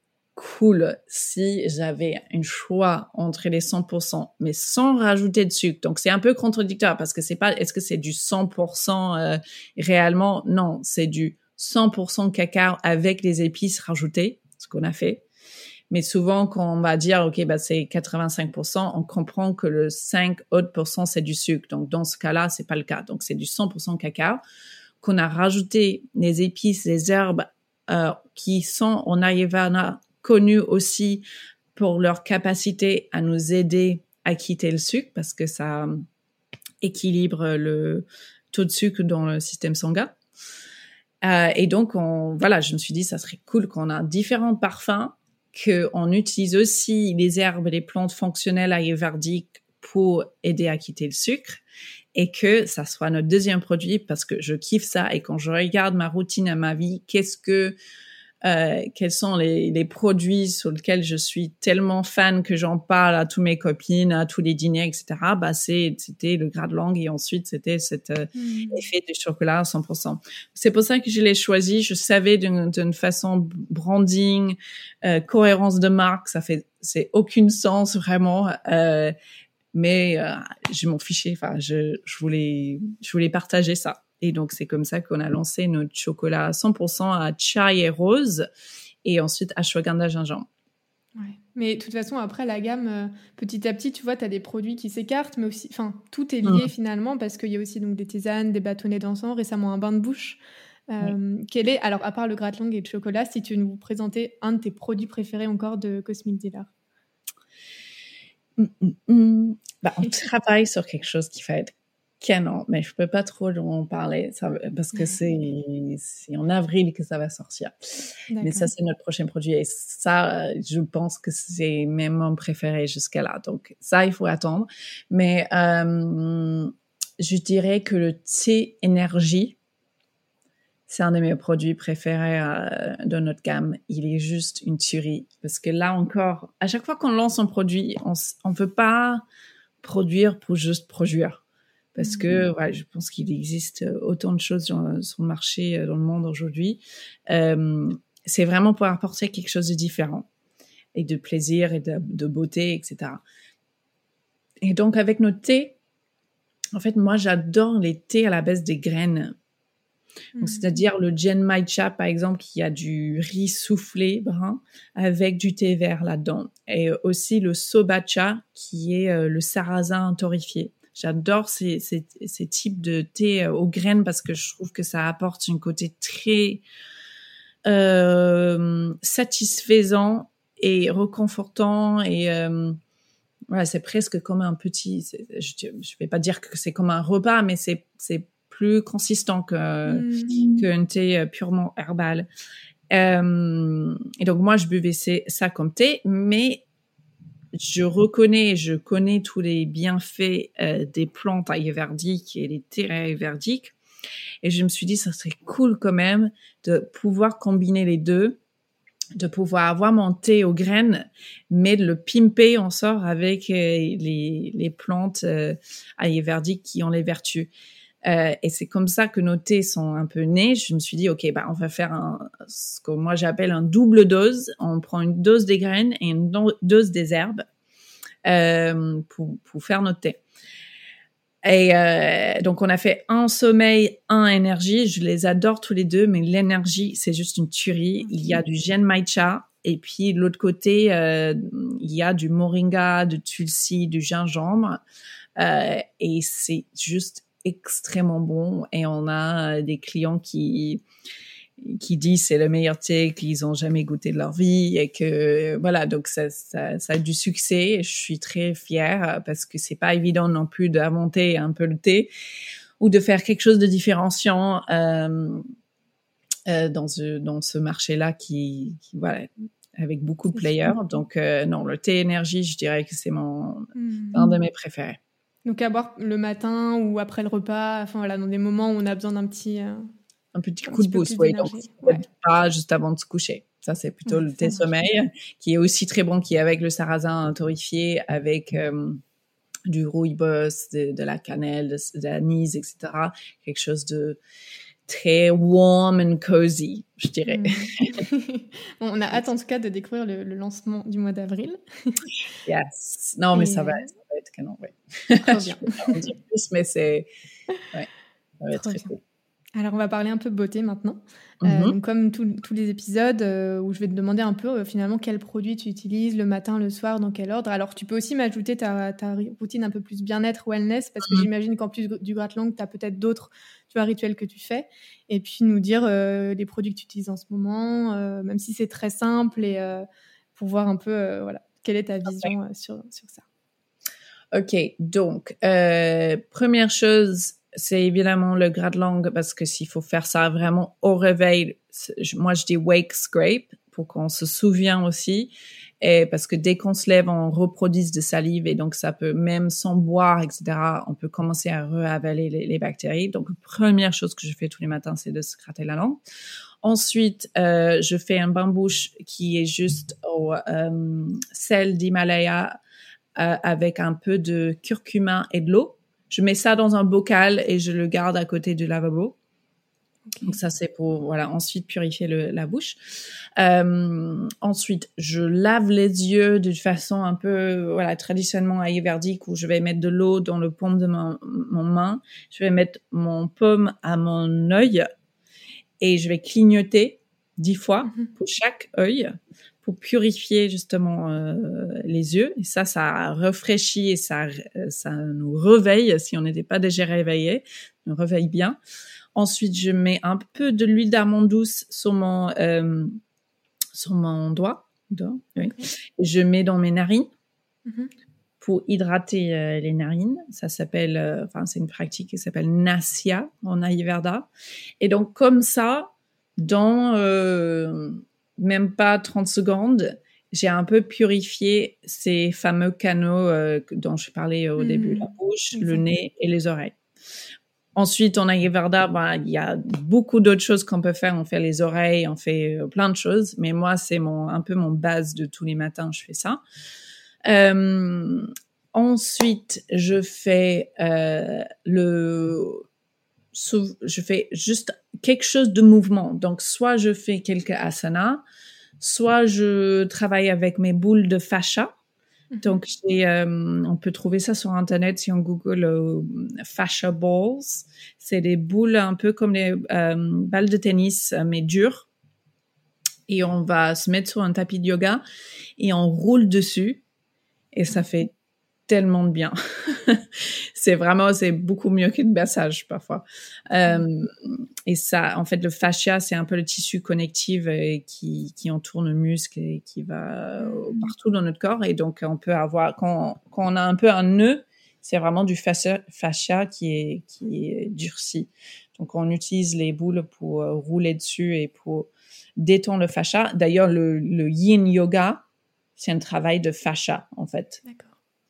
cool si j'avais un choix entre les cent pour cent, mais sans rajouter de sucre. Donc, c'est un peu contradictoire parce que c'est pas, est-ce que c'est du cent pour cent euh, réellement? Non, c'est du cent pour cent cacao avec les épices rajoutées, ce qu'on a fait. Mais souvent, quand on va dire, OK, bah, c'est quatre-vingt-cinq pour cent, on comprend que le cinq autres pour cent, c'est du sucre. Donc, dans ce cas-là, c'est pas le cas. Donc, c'est du cent pour cent cacao qu'on a rajouté les épices, les herbes euh, qui sont en Ayurveda connus aussi pour leur capacité à nous aider à quitter le sucre parce que ça équilibre le taux de sucre dans le système sanguin. Euh, et donc, on, voilà, je me suis dit, ça serait cool qu'on a différents parfums, qu'on utilise aussi les herbes et les plantes fonctionnelles ayurvédiques pour aider à quitter le sucre et que ça soit notre deuxième produit parce que je kiffe ça. Et quand je regarde ma routine à ma vie, qu'est-ce que Euh, quels sont les, les produits sur lesquels je suis tellement fan que j'en parle à tous mes copines, à tous les dîners, et cetera. Bah, c'est, c'était le gras de langue et ensuite c'était cet euh, mmh. effet de chocolat à cent pour cent. C'est pour ça que je l'ai choisi. Je savais d'une, d'une façon branding, euh, cohérence de marque, ça fait, c'est aucun sens vraiment. Euh, mais euh, je m'en fichais. Enfin, je, je voulais, je voulais partager ça. Et donc, c'est comme ça qu'on a lancé notre chocolat cent pour cent à chai et rose et ensuite ashwagandha gingembre. Ouais. Mais de toute façon, après, la gamme, euh, petit à petit, tu vois, tu as des produits qui s'écartent, mais aussi, enfin, tout est lié Mmh. finalement parce qu'il y a aussi donc des tisanes, des bâtonnets d'encens, récemment un bain de bouche. Oui. Euh, quel est, alors, à part le gratte-langue et le chocolat, si tu veux nous présenter un de tes produits préférés encore de Cosmic Dealer? Mmh, mmh, mmh. Bah, on travaille sur quelque chose qui va être canon, mais je peux pas trop en parler ça, parce que c'est, c'est en avril que ça va sortir. Mais ça, D'accord. c'est notre prochain produit. Et ça, je pense que c'est même mon préféré jusqu'à là. Donc ça, il faut attendre. Mais euh, je dirais que le thé énergie, c'est un de mes produits préférés euh, de notre gamme. Il est juste une tuerie. Parce que là encore, à chaque fois qu'on lance un produit, on ne peut pas produire pour juste produire. Parce que ouais, je pense qu'il existe autant de choses sur, sur le marché, dans le monde aujourd'hui. Euh, c'est vraiment pour apporter quelque chose de différent et de plaisir et de, de beauté, et cetera. Et donc, avec notre thé, en fait, moi, j'adore les thés à la base des graines. Donc, c'est-à-dire le genmaicha, par exemple, qui a du riz soufflé brun avec du thé vert là-dedans. Et aussi le sobacha, qui est euh, le sarrasin torréfié. J'adore ces, ces, ces types de thé aux graines parce que je trouve que ça apporte un côté très euh, satisfaisant et réconfortant et euh, voilà, c'est presque comme un petit, je ne vais pas dire que c'est comme un repas, mais c'est, c'est plus consistant que, mmh. qu'un thé purement herbal. Euh, et donc, moi, je buvais ça comme thé, mais je reconnais, je connais tous les bienfaits euh, des plantes ayurvédiques et des thés ayurvédiques. Et je me suis dit, ça serait cool quand même de pouvoir combiner les deux, de pouvoir avoir mon thé aux graines, mais de le pimper en sort avec euh, les, les plantes euh, ayurvédiques qui ont les vertus. Euh, et c'est comme ça que nos thés sont un peu nés. Je me suis dit, OK, bah, on va faire un, ce que moi j'appelle un double dose. On prend une dose des graines et une do- dose des herbes euh, pour, pour faire notre thé. Et euh, donc, on a fait un sommeil, un énergie. Je les adore tous les deux, mais l'énergie, c'est juste une tuerie. Il y a du genmaicha. Et puis, de l'autre côté, euh, il y a du moringa, du tulsi, du gingembre. Euh, et c'est juste extrêmement bon. Et on a des clients qui qui disent c'est le meilleur thé qu'ils ont jamais goûté de leur vie et que voilà, donc ça, ça, ça a du succès. Je suis très fière parce que c'est pas évident non plus d'inventer un peu le thé ou de faire quelque chose de différenciant euh, euh, dans ce dans ce marché-là qui, qui voilà, avec beaucoup de players. Donc euh, non, le thé énergie, je dirais que c'est mon mmh. un de mes préférés. Donc à boire le matin ou après le repas, enfin voilà, dans des moments où on a besoin d'un petit euh... un petit coup un de boost, oui, donc ouais. Pas juste avant de se coucher. Ça, c'est plutôt ouais, le thé sommeil, qui est aussi très bon, qui est avec le sarrasin torréfié, avec euh, du rooibos, de, de la cannelle, de, de l'anis, et cetera. Quelque chose de très warm and cozy, je dirais. Mmh. Bon, on a hâte en tout cas de découvrir le, le lancement du mois d'avril. Yes. Non, mais Et... ça, va, ça va être canon, oui. Trop bien. Je peux pas en dire plus, mais c'est... Ouais, ça va être Trop très bien. cool. Alors, on va parler un peu beauté maintenant. Mm-hmm. Euh, donc, comme tous les épisodes euh, où je vais te demander un peu euh, finalement quel produit tu utilises le matin, le soir, dans quel ordre. Alors, tu peux aussi m'ajouter ta, ta routine un peu plus bien-être, wellness, parce que mm-hmm. j'imagine qu'en plus du gratte-langue, tu as peut-être d'autres tu vois, rituels que tu fais. Et puis, nous dire euh, les produits que tu utilises en ce moment, euh, même si c'est très simple, et euh, pour voir un peu euh, voilà, quelle est ta vision okay. euh, sur, sur ça. OK. Donc, euh, première chose, c'est évidemment le gratte-langue parce que s'il faut faire ça vraiment au réveil, moi je dis wake scrape pour qu'on se souvienne aussi et parce que dès qu'on se lève, on reproduit de salive et donc ça peut même sans boire, et cetera. On peut commencer à re-avaler les, les bactéries. Donc première chose que je fais tous les matins, c'est de se gratter la langue. Ensuite, euh, je fais un bain-bouche qui est juste au euh, sel d'Himalaya euh, avec un peu de curcuma et de l'eau. Je mets ça dans un bocal et je le garde à côté du lavabo. Okay. Donc ça, c'est pour voilà ensuite purifier le, la bouche. Euh, ensuite, je lave les yeux de façon un peu voilà traditionnellement ayurvédique où je vais mettre de l'eau dans le paume de mon, mon main. Je vais mettre mon paume à mon œil et je vais clignoter dix fois mm-hmm. pour chaque œil pour purifier justement euh, les yeux. Et ça, ça rafraîchit et ça, ça nous réveille. Si on n'était pas déjà réveillé, nous réveille bien. Ensuite, je mets un peu de l'huile d'amande douce sur mon euh, sur mon doigt. doigt oui. Okay. Je mets dans mes narines. Mm-hmm. Pour hydrater euh, les narines. Ça s'appelle, euh, enfin, c'est une pratique qui s'appelle Nasya en Ayurveda. Et donc, comme ça, dans euh, même pas trente secondes, j'ai un peu purifié ces fameux canaux euh, dont je parlais au mmh, début, la bouche, exactement. Le nez et les oreilles. Ensuite, en Ayurveda, ben, il y a beaucoup d'autres choses qu'on peut faire. On fait les oreilles, on fait euh, plein de choses. Mais moi, c'est mon, un peu mon base de tous les matins, je fais ça. Euh, ensuite, je fais euh, le, je fais juste quelque chose de mouvement. Donc, soit je fais quelques asanas, soit je travaille avec mes boules de fascia. Mm-hmm. Donc, j'ai, euh, on peut trouver ça sur Internet si on google euh, fascia balls. C'est des boules un peu comme les euh, balles de tennis, mais dures. Et on va se mettre sur un tapis de yoga et on roule dessus. Et ça fait tellement de bien. c'est vraiment, c'est beaucoup mieux qu'un massage parfois. Euh, et ça, en fait, le fascia, c'est un peu le tissu connectif qui, qui entoure le muscle et qui va partout dans notre corps. Et donc, on peut avoir, quand, quand on a un peu un nœud, c'est vraiment du fascia, fascia qui est, qui est durci. Donc, on utilise les boules pour euh, rouler dessus et pour détendre le fascia. D'ailleurs, le, le yin yoga, c'est un travail de fascia, en fait. D'accord.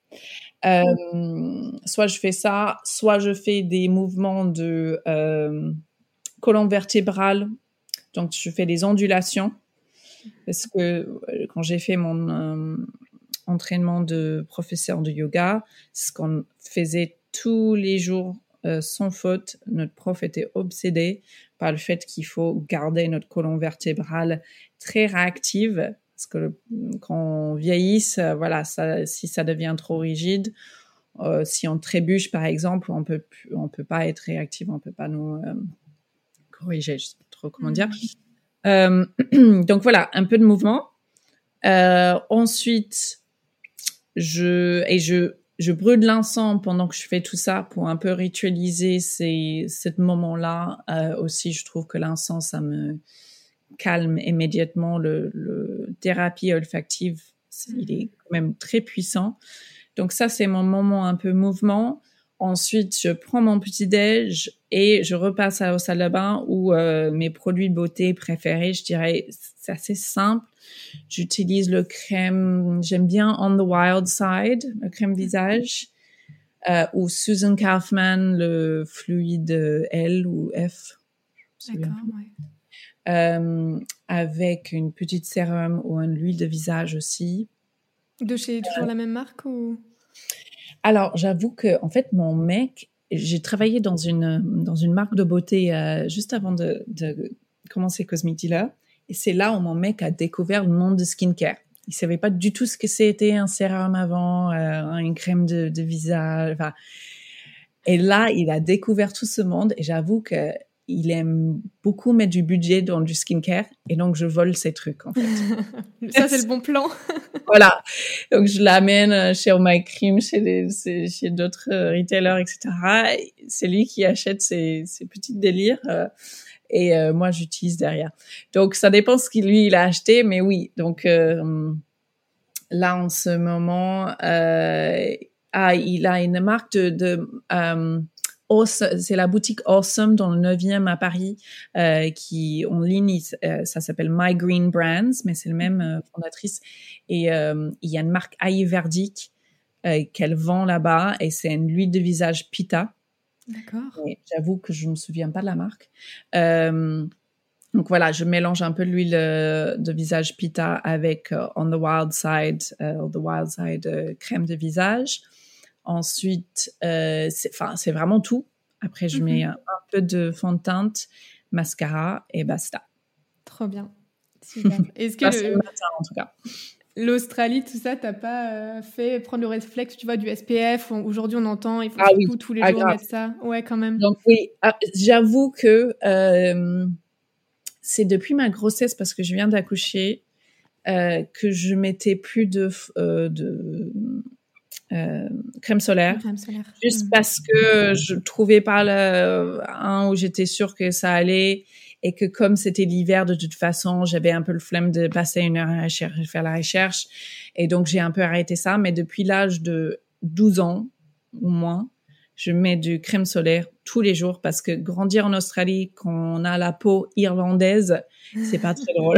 Euh, soit je fais ça, soit je fais des mouvements de euh, colonne vertébrale. Donc, je fais des ondulations. Parce que quand j'ai fait mon euh, entraînement de professeur de yoga, c'est ce qu'on faisait tous les jours euh, sans faute. Notre prof était obsédé par le fait qu'il faut garder notre colonne vertébrale très réactive. Parce que le, quand on vieillisse, euh, voilà, ça, si ça devient trop rigide, euh, si on trébuche par exemple, on peut, on peut pas être réactif, on peut pas nous euh, corriger, je sais pas trop comment dire. Euh, donc voilà, un peu de mouvement. Euh, ensuite, je et je je brûle l'encens pendant que je fais tout ça pour un peu ritualiser ces ce moment-là. Euh, aussi, je trouve que l'encens, ça me calme immédiatement. Le, le thérapie olfactive, il est quand même très puissant. Donc ça, c'est mon moment un peu mouvement. Ensuite, je prends mon petit-déj et je repasse à, au salle de bain où euh, mes produits de beauté préférés, je dirais, c'est assez simple. J'utilise le crème, j'aime bien On the Wild Side, le crème visage, euh, ou Susan Kaufman, le fluide L ou F. D'accord, ouais. Euh, avec une petite sérum ou une huile de visage aussi. De chez toujours euh, la même marque ou? Alors, j'avoue que en fait, mon mec, j'ai travaillé dans une dans une marque de beauté euh, juste avant de, de commencer Cosmic Dealer, et c'est là où mon mec a découvert le monde de skincare. Il savait pas du tout ce que c'était un sérum avant, euh, une crème de, de visage. Enfin, et là, il a découvert tout ce monde, et j'avoue que il aime beaucoup mettre du budget dans du skincare, et donc je vole ces trucs, en fait. Ça, c'est le bon plan. Voilà. Donc, je l'amène chez Oh My Cream, chez, des, chez d'autres retailers, et cetera. C'est lui qui achète ces, ces petits délires, euh, et euh, moi, j'utilise derrière. Donc, ça dépend ce qu'il lui, il a acheté, mais oui. Donc, euh, là, en ce moment, euh, ah, il a une marque de... de euh, Awesome, c'est la boutique Awesome dans le neuvième à Paris, euh, qui en ligne, euh, ça s'appelle My Green Brands, mais c'est le même euh, fondatrice. Et euh, il y a une marque ayurvédique euh, qu'elle vend là-bas, et c'est une huile de visage Pitta. D'accord. Et j'avoue que je me souviens pas de la marque. Euh, donc voilà, je mélange un peu l'huile euh, de visage Pitta avec euh, On the Wild Side, euh, The Wild Side euh, crème de visage. Ensuite, euh, c'est, enfin, c'est vraiment tout. Après, je mm-hmm. mets un, un peu de fond de teinte, mascara et basta. Trop bien. Super. Est-ce que ça, le... c'est le matin, en tout cas. L'Australie, tout ça, t'as pas euh, fait prendre le réflexe, tu vois, du S P F. Aujourd'hui, on entend, il faut ah, surtout oui. tous les ah, jours grave. mettre ça. Ouais, quand même. Donc oui, ah, j'avoue que euh, c'est depuis ma grossesse, parce que je viens d'accoucher. euh, que je mettais plus de, euh, de euh, crème solaire, crème solaire. juste mmh. parce que je trouvais pas le, un où j'étais sûre que ça allait et que comme c'était l'hiver, de toute façon, j'avais un peu le flemme de passer une heure à faire la recherche et donc j'ai un peu arrêté ça. Mais depuis l'âge de douze ans ou moins, je mets du crème solaire tous les jours parce que grandir en Australie quand on a la peau irlandaise, c'est pas très drôle.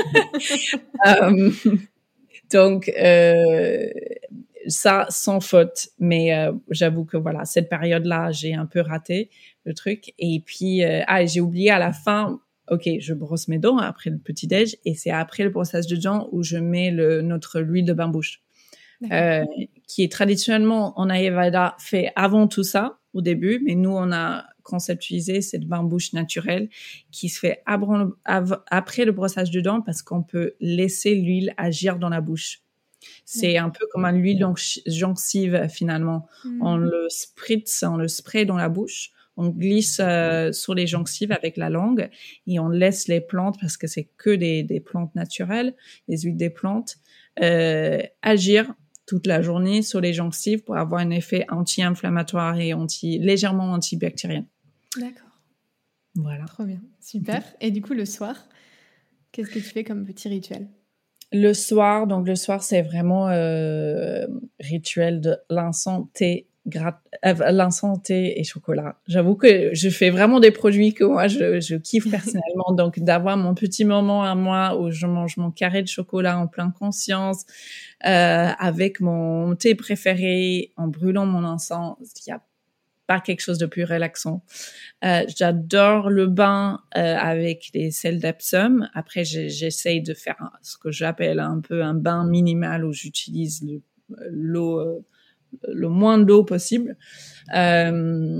um, donc euh, ça sans faute, mais euh, j'avoue que voilà, cette période-là, j'ai un peu raté le truc. Et puis euh, ah, j'ai oublié à la fin. Ok, je brosse mes dents après le petit déj et c'est après le brossage de dents où je mets le notre huile de bain bouche. Euh, qui est traditionnellement en Ayurveda fait avant tout ça au début, mais nous on a conceptualisé cette bain bouche naturelle qui se fait après le brossage de dents parce qu'on peut laisser l'huile agir dans la bouche. C'est un peu comme un huile gencive finalement. Mmh. On le spritz, on le spray dans la bouche, on glisse euh, sur les gencives avec la langue et on laisse les plantes parce que c'est que des, des plantes naturelles, les huiles des plantes, euh, agir toute la journée sur les gencives pour avoir un effet anti-inflammatoire et anti, légèrement antibactérien. D'accord. Voilà. Trop bien. Super. Et du coup, le soir, qu'est-ce que tu fais comme petit rituel? Le soir, donc le soir, c'est vraiment euh, rituel de l'encens, thé, grat... euh, l'encens, thé et chocolat. J'avoue que je fais vraiment des produits que moi, je, je kiffe personnellement. Donc, d'avoir mon petit moment à moi où je mange mon carré de chocolat en pleine conscience, euh, avec mon thé préféré, en brûlant mon encens, il y a pas quelque chose de plus relaxant. Euh, j'adore le bain euh, avec les sels d'Epsom. Après, j'essaye de faire un, ce que j'appelle un peu un bain minimal où j'utilise le, l'eau, euh, le moins d'eau possible. Euh,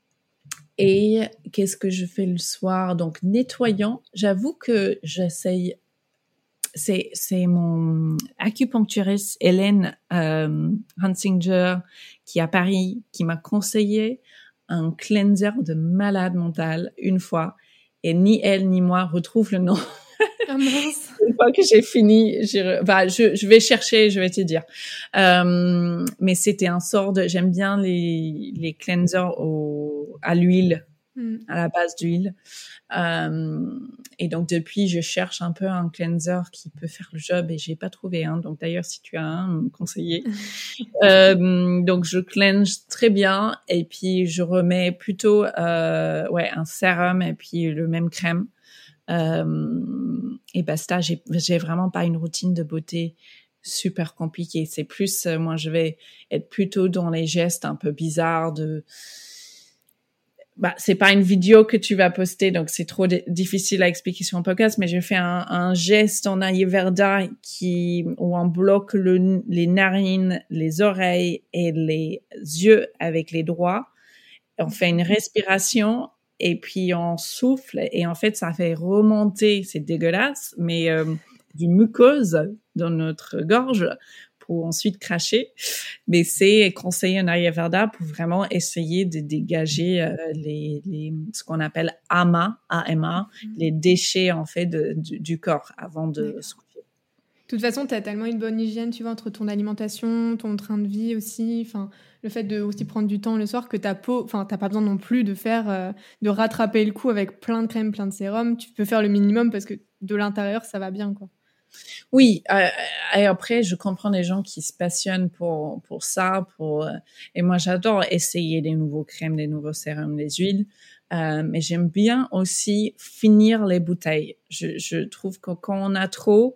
et qu'est-ce que je fais le soir? Donc, nettoyant. J'avoue que j'essaye. C'est, c'est mon acupuncturiste Hélène euh, Hansinger qui est à Paris, qui m'a conseillé un cleanser de malade mental une fois, et ni elle ni moi retrouvent le nom. Ah mince. Une fois que j'ai fini, j'ai, bah, je, je vais chercher, je vais te dire. Euh, mais c'était un sort de, j'aime bien les, les cleansers au, à l'huile, mm. à la base d'huile. Euh, et donc depuis, je cherche un peu un cleanser qui peut faire le job et j'ai pas trouvé un. Donc d'ailleurs, si tu as un, me conseiller. euh, donc je cleanse très bien et puis je remets plutôt euh, ouais un sérum et puis le même crème. Euh, et basta. J'ai, j'ai vraiment pas une routine de beauté super compliquée. C'est plus, euh, moi, je vais être plutôt dans les gestes un peu bizarres de. Bah, c'est pas une vidéo que tu vas poster, donc c'est trop d- difficile à expliquer sur un podcast, mais je fais un, un geste en Ayurveda qui, où on bloque le, les narines, les oreilles et les yeux avec les doigts. On fait une respiration et puis on souffle et en fait, ça fait remonter, c'est dégueulasse, mais euh, du mucose dans notre gorge pour ensuite cracher. Mais c'est conseillé en Ayurveda pour vraiment essayer de dégager euh, les, les, ce qu'on appelle ama, A M A, mm-hmm. les déchets en fait de, du, du corps avant de se coucher. De toute façon, tu as tellement une bonne hygiène, tu vois, entre ton alimentation, ton train de vie aussi, enfin, le fait de aussi prendre du temps le soir, que ta peau, enfin, t'as pas besoin non plus de faire, euh, de rattraper le coup avec plein de crèmes, plein de sérums. Tu peux faire le minimum parce que de l'intérieur, ça va bien, quoi. Oui, euh, et après, je comprends les gens qui se passionnent pour pour ça, pour euh, et moi, j'adore essayer des nouveaux crèmes, des nouveaux sérums, des huiles. Euh, mais j'aime bien aussi finir les bouteilles. Je, je trouve que quand on a trop,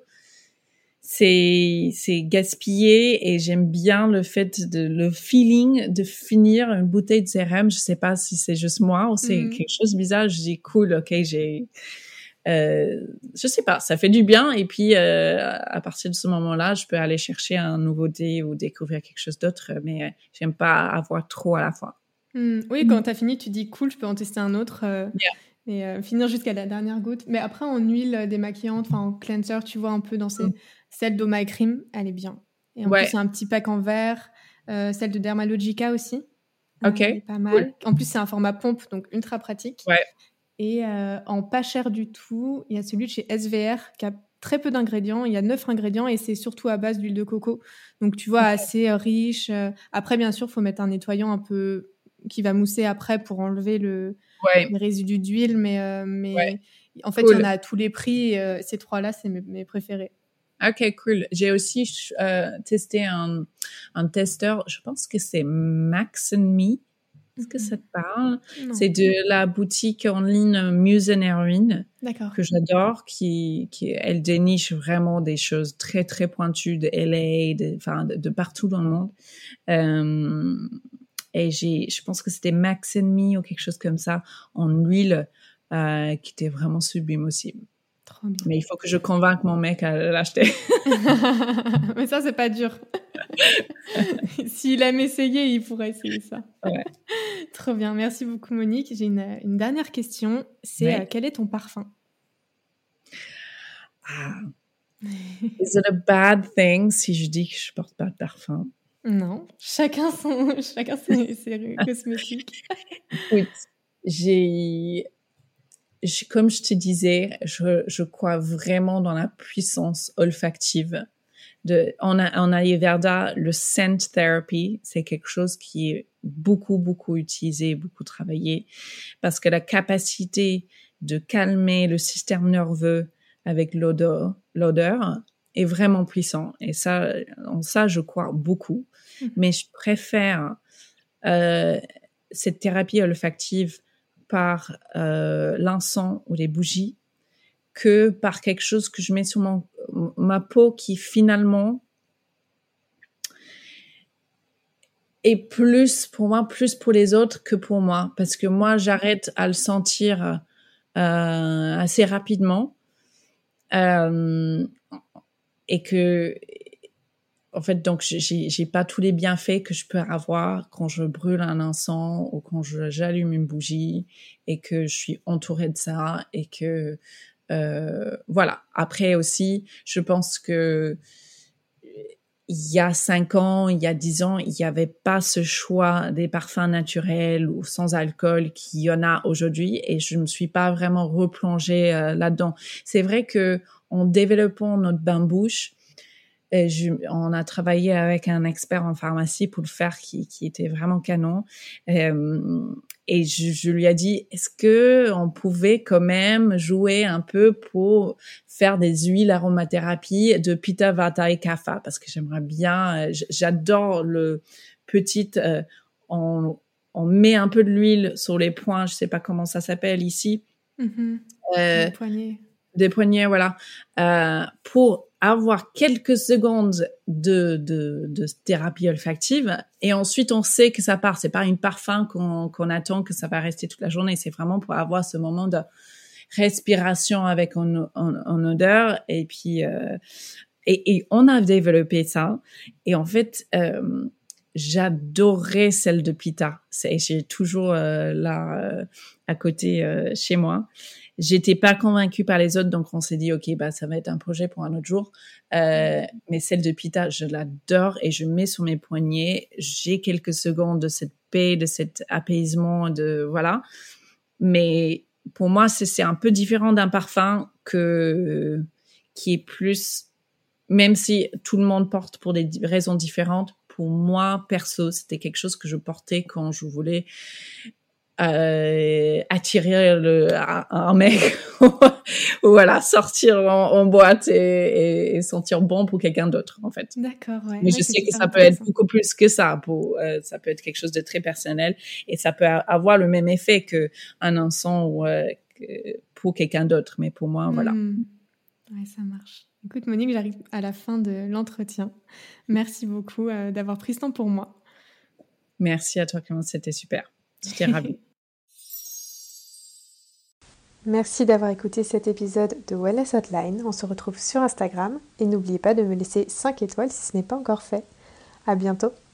c'est c'est gaspillé et j'aime bien le fait de le feeling de finir une bouteille de sérum. Je sais pas si c'est juste moi ou c'est mmh. quelque chose de bizarre. Je dis cool, ok, j'ai euh, je sais pas, ça fait du bien et puis euh, à partir de ce moment-là, je peux aller chercher un nouveau thé ou découvrir quelque chose d'autre, mais euh, j'aime pas avoir trop à la fois. Mmh. Oui, quand t'as fini, tu dis cool, je peux en tester un autre. Euh... Yeah. Et euh, finir jusqu'à la dernière goutte. Mais après, en huile démaquillante, enfin en cleanser, tu vois un peu dans ces... Mm. Celle d'O My Cream, elle est bien. Et en ouais. plus, c'est un petit pack en verre. Euh, celle de Dermalogica aussi. Ok. Euh, elle est pas mal. Cool. En plus, c'est un format pompe, donc ultra pratique. Ouais. Et euh, en pas cher du tout, il y a celui de chez S V R qui a très peu d'ingrédients. Il y a neuf ingrédients et c'est surtout à base d'huile de coco. Donc, tu vois, okay. assez euh, riche. Après, bien sûr, il faut mettre un nettoyant un peu qui va mousser après pour enlever le, ouais. les résidus d'huile. Mais, euh, mais ouais. en fait, cool. il y en a à tous les prix. Et, euh, ces trois-là, c'est mes, mes préférés. Ok, cool. J'ai aussi euh, testé un, un testeur, je pense que c'est Max and Me. Est-ce que ça te parle? Non. C'est de la boutique en ligne Muse and Heroine. D'accord. Que j'adore, qui, qui, elle déniche vraiment des choses très, très pointues de L A, de, enfin, de, de partout dans le monde. Euh, et j'ai, je pense que c'était Max and Me ou quelque chose comme ça, en huile, euh, qui était vraiment sublime aussi. Trop bien. Mais il faut que je convainque mon mec à l'acheter. Mais ça, c'est pas dur. S'il aime essayer, il pourrait essayer ça. Ouais. Trop bien. Merci beaucoup, Monique. J'ai une, une dernière question. C'est ouais. euh, quel est ton parfum? Ah. Is it a bad thing si je dis que je porte pas de parfum? Non. Chacun son, chacun ses, ses cosmétiques. Écoute, j'ai... Je, comme je te disais, je, je crois vraiment dans la puissance olfactive. De, en, en Ayurveda, le scent therapy, c'est quelque chose qui est beaucoup, beaucoup utilisé, beaucoup travaillé, parce que la capacité de calmer le système nerveux avec l'odeur, l'odeur est vraiment puissant. Et ça, en ça, je crois beaucoup. Mmh. Mais je préfère euh, cette thérapie olfactive par euh, l'encens ou les bougies que par quelque chose que je mets sur mon, ma peau qui finalement est plus pour moi, plus pour les autres que pour moi. Parce que moi, j'arrête à le sentir euh, assez rapidement euh, et que en fait, donc, j'ai, j'ai pas tous les bienfaits que je peux avoir quand je brûle un encens ou quand je, j'allume une bougie et que je suis entourée de ça et que, euh, voilà. Après aussi, je pense que il y a cinq ans, il y a dix ans, il n'y avait pas ce choix des parfums naturels ou sans alcool qu'il y en a aujourd'hui et je me suis pas vraiment replongée euh, là-dedans. C'est vrai que en développant notre bain-bouche, et je, on a travaillé avec un expert en pharmacie pour le faire qui, qui était vraiment canon. Euh, et je, je lui ai dit, est-ce que on pouvait quand même jouer un peu pour faire des huiles aromathérapie de Pitta, Vata et Kapha? Parce que j'aimerais bien, j'adore le petit, euh, on, on met un peu de l'huile sur les poings, je sais pas comment ça s'appelle ici. Mm-hmm. Euh, les poignets. Des poignets, voilà. Euh, pour avoir quelques secondes de, de, de thérapie olfactive et ensuite on sait que ça part. C'est pas une parfum qu'on, qu'on attend que ça va rester toute la journée. C'est vraiment pour avoir ce moment de respiration avec en, en, en odeur et puis euh, et, et on a développé ça et en fait euh, j'adorais celle de Pitta. C'est, j'ai toujours euh, là euh, à côté euh, chez moi. J'étais pas convaincue par les autres, donc on s'est dit, OK, bah, ça va être un projet pour un autre jour. Euh, mais celle de Pitta, je l'adore et je mets sur mes poignets. J'ai quelques secondes de cette paix, de cet apaisement, de, voilà. Mais pour moi, c'est, c'est un peu différent d'un parfum que, qui est plus, même si tout le monde porte pour des raisons différentes, pour moi, perso, c'était quelque chose que je portais quand je voulais Euh, attirer le, un, un mec ou voilà, sortir en, en boîte et, et, et sentir bon pour quelqu'un d'autre, en fait. D'accord, ouais. Mais ouais, je sais que ça peut être beaucoup plus que ça. Pour, euh, ça peut être quelque chose de très personnel et ça peut avoir le même effet qu'un encens ou euh, que pour quelqu'un d'autre. Mais pour moi, mmh. voilà. Ouais, ça marche. Écoute, Monique, j'arrive à la fin de l'entretien. Merci beaucoup euh, d'avoir pris ce temps pour moi. Merci à toi, Clémence, c'était super. J'étais ravie. Merci d'avoir écouté cet épisode de Wellness Hotline. On se retrouve sur Instagram et n'oubliez pas de me laisser cinq étoiles si ce n'est pas encore fait. À bientôt.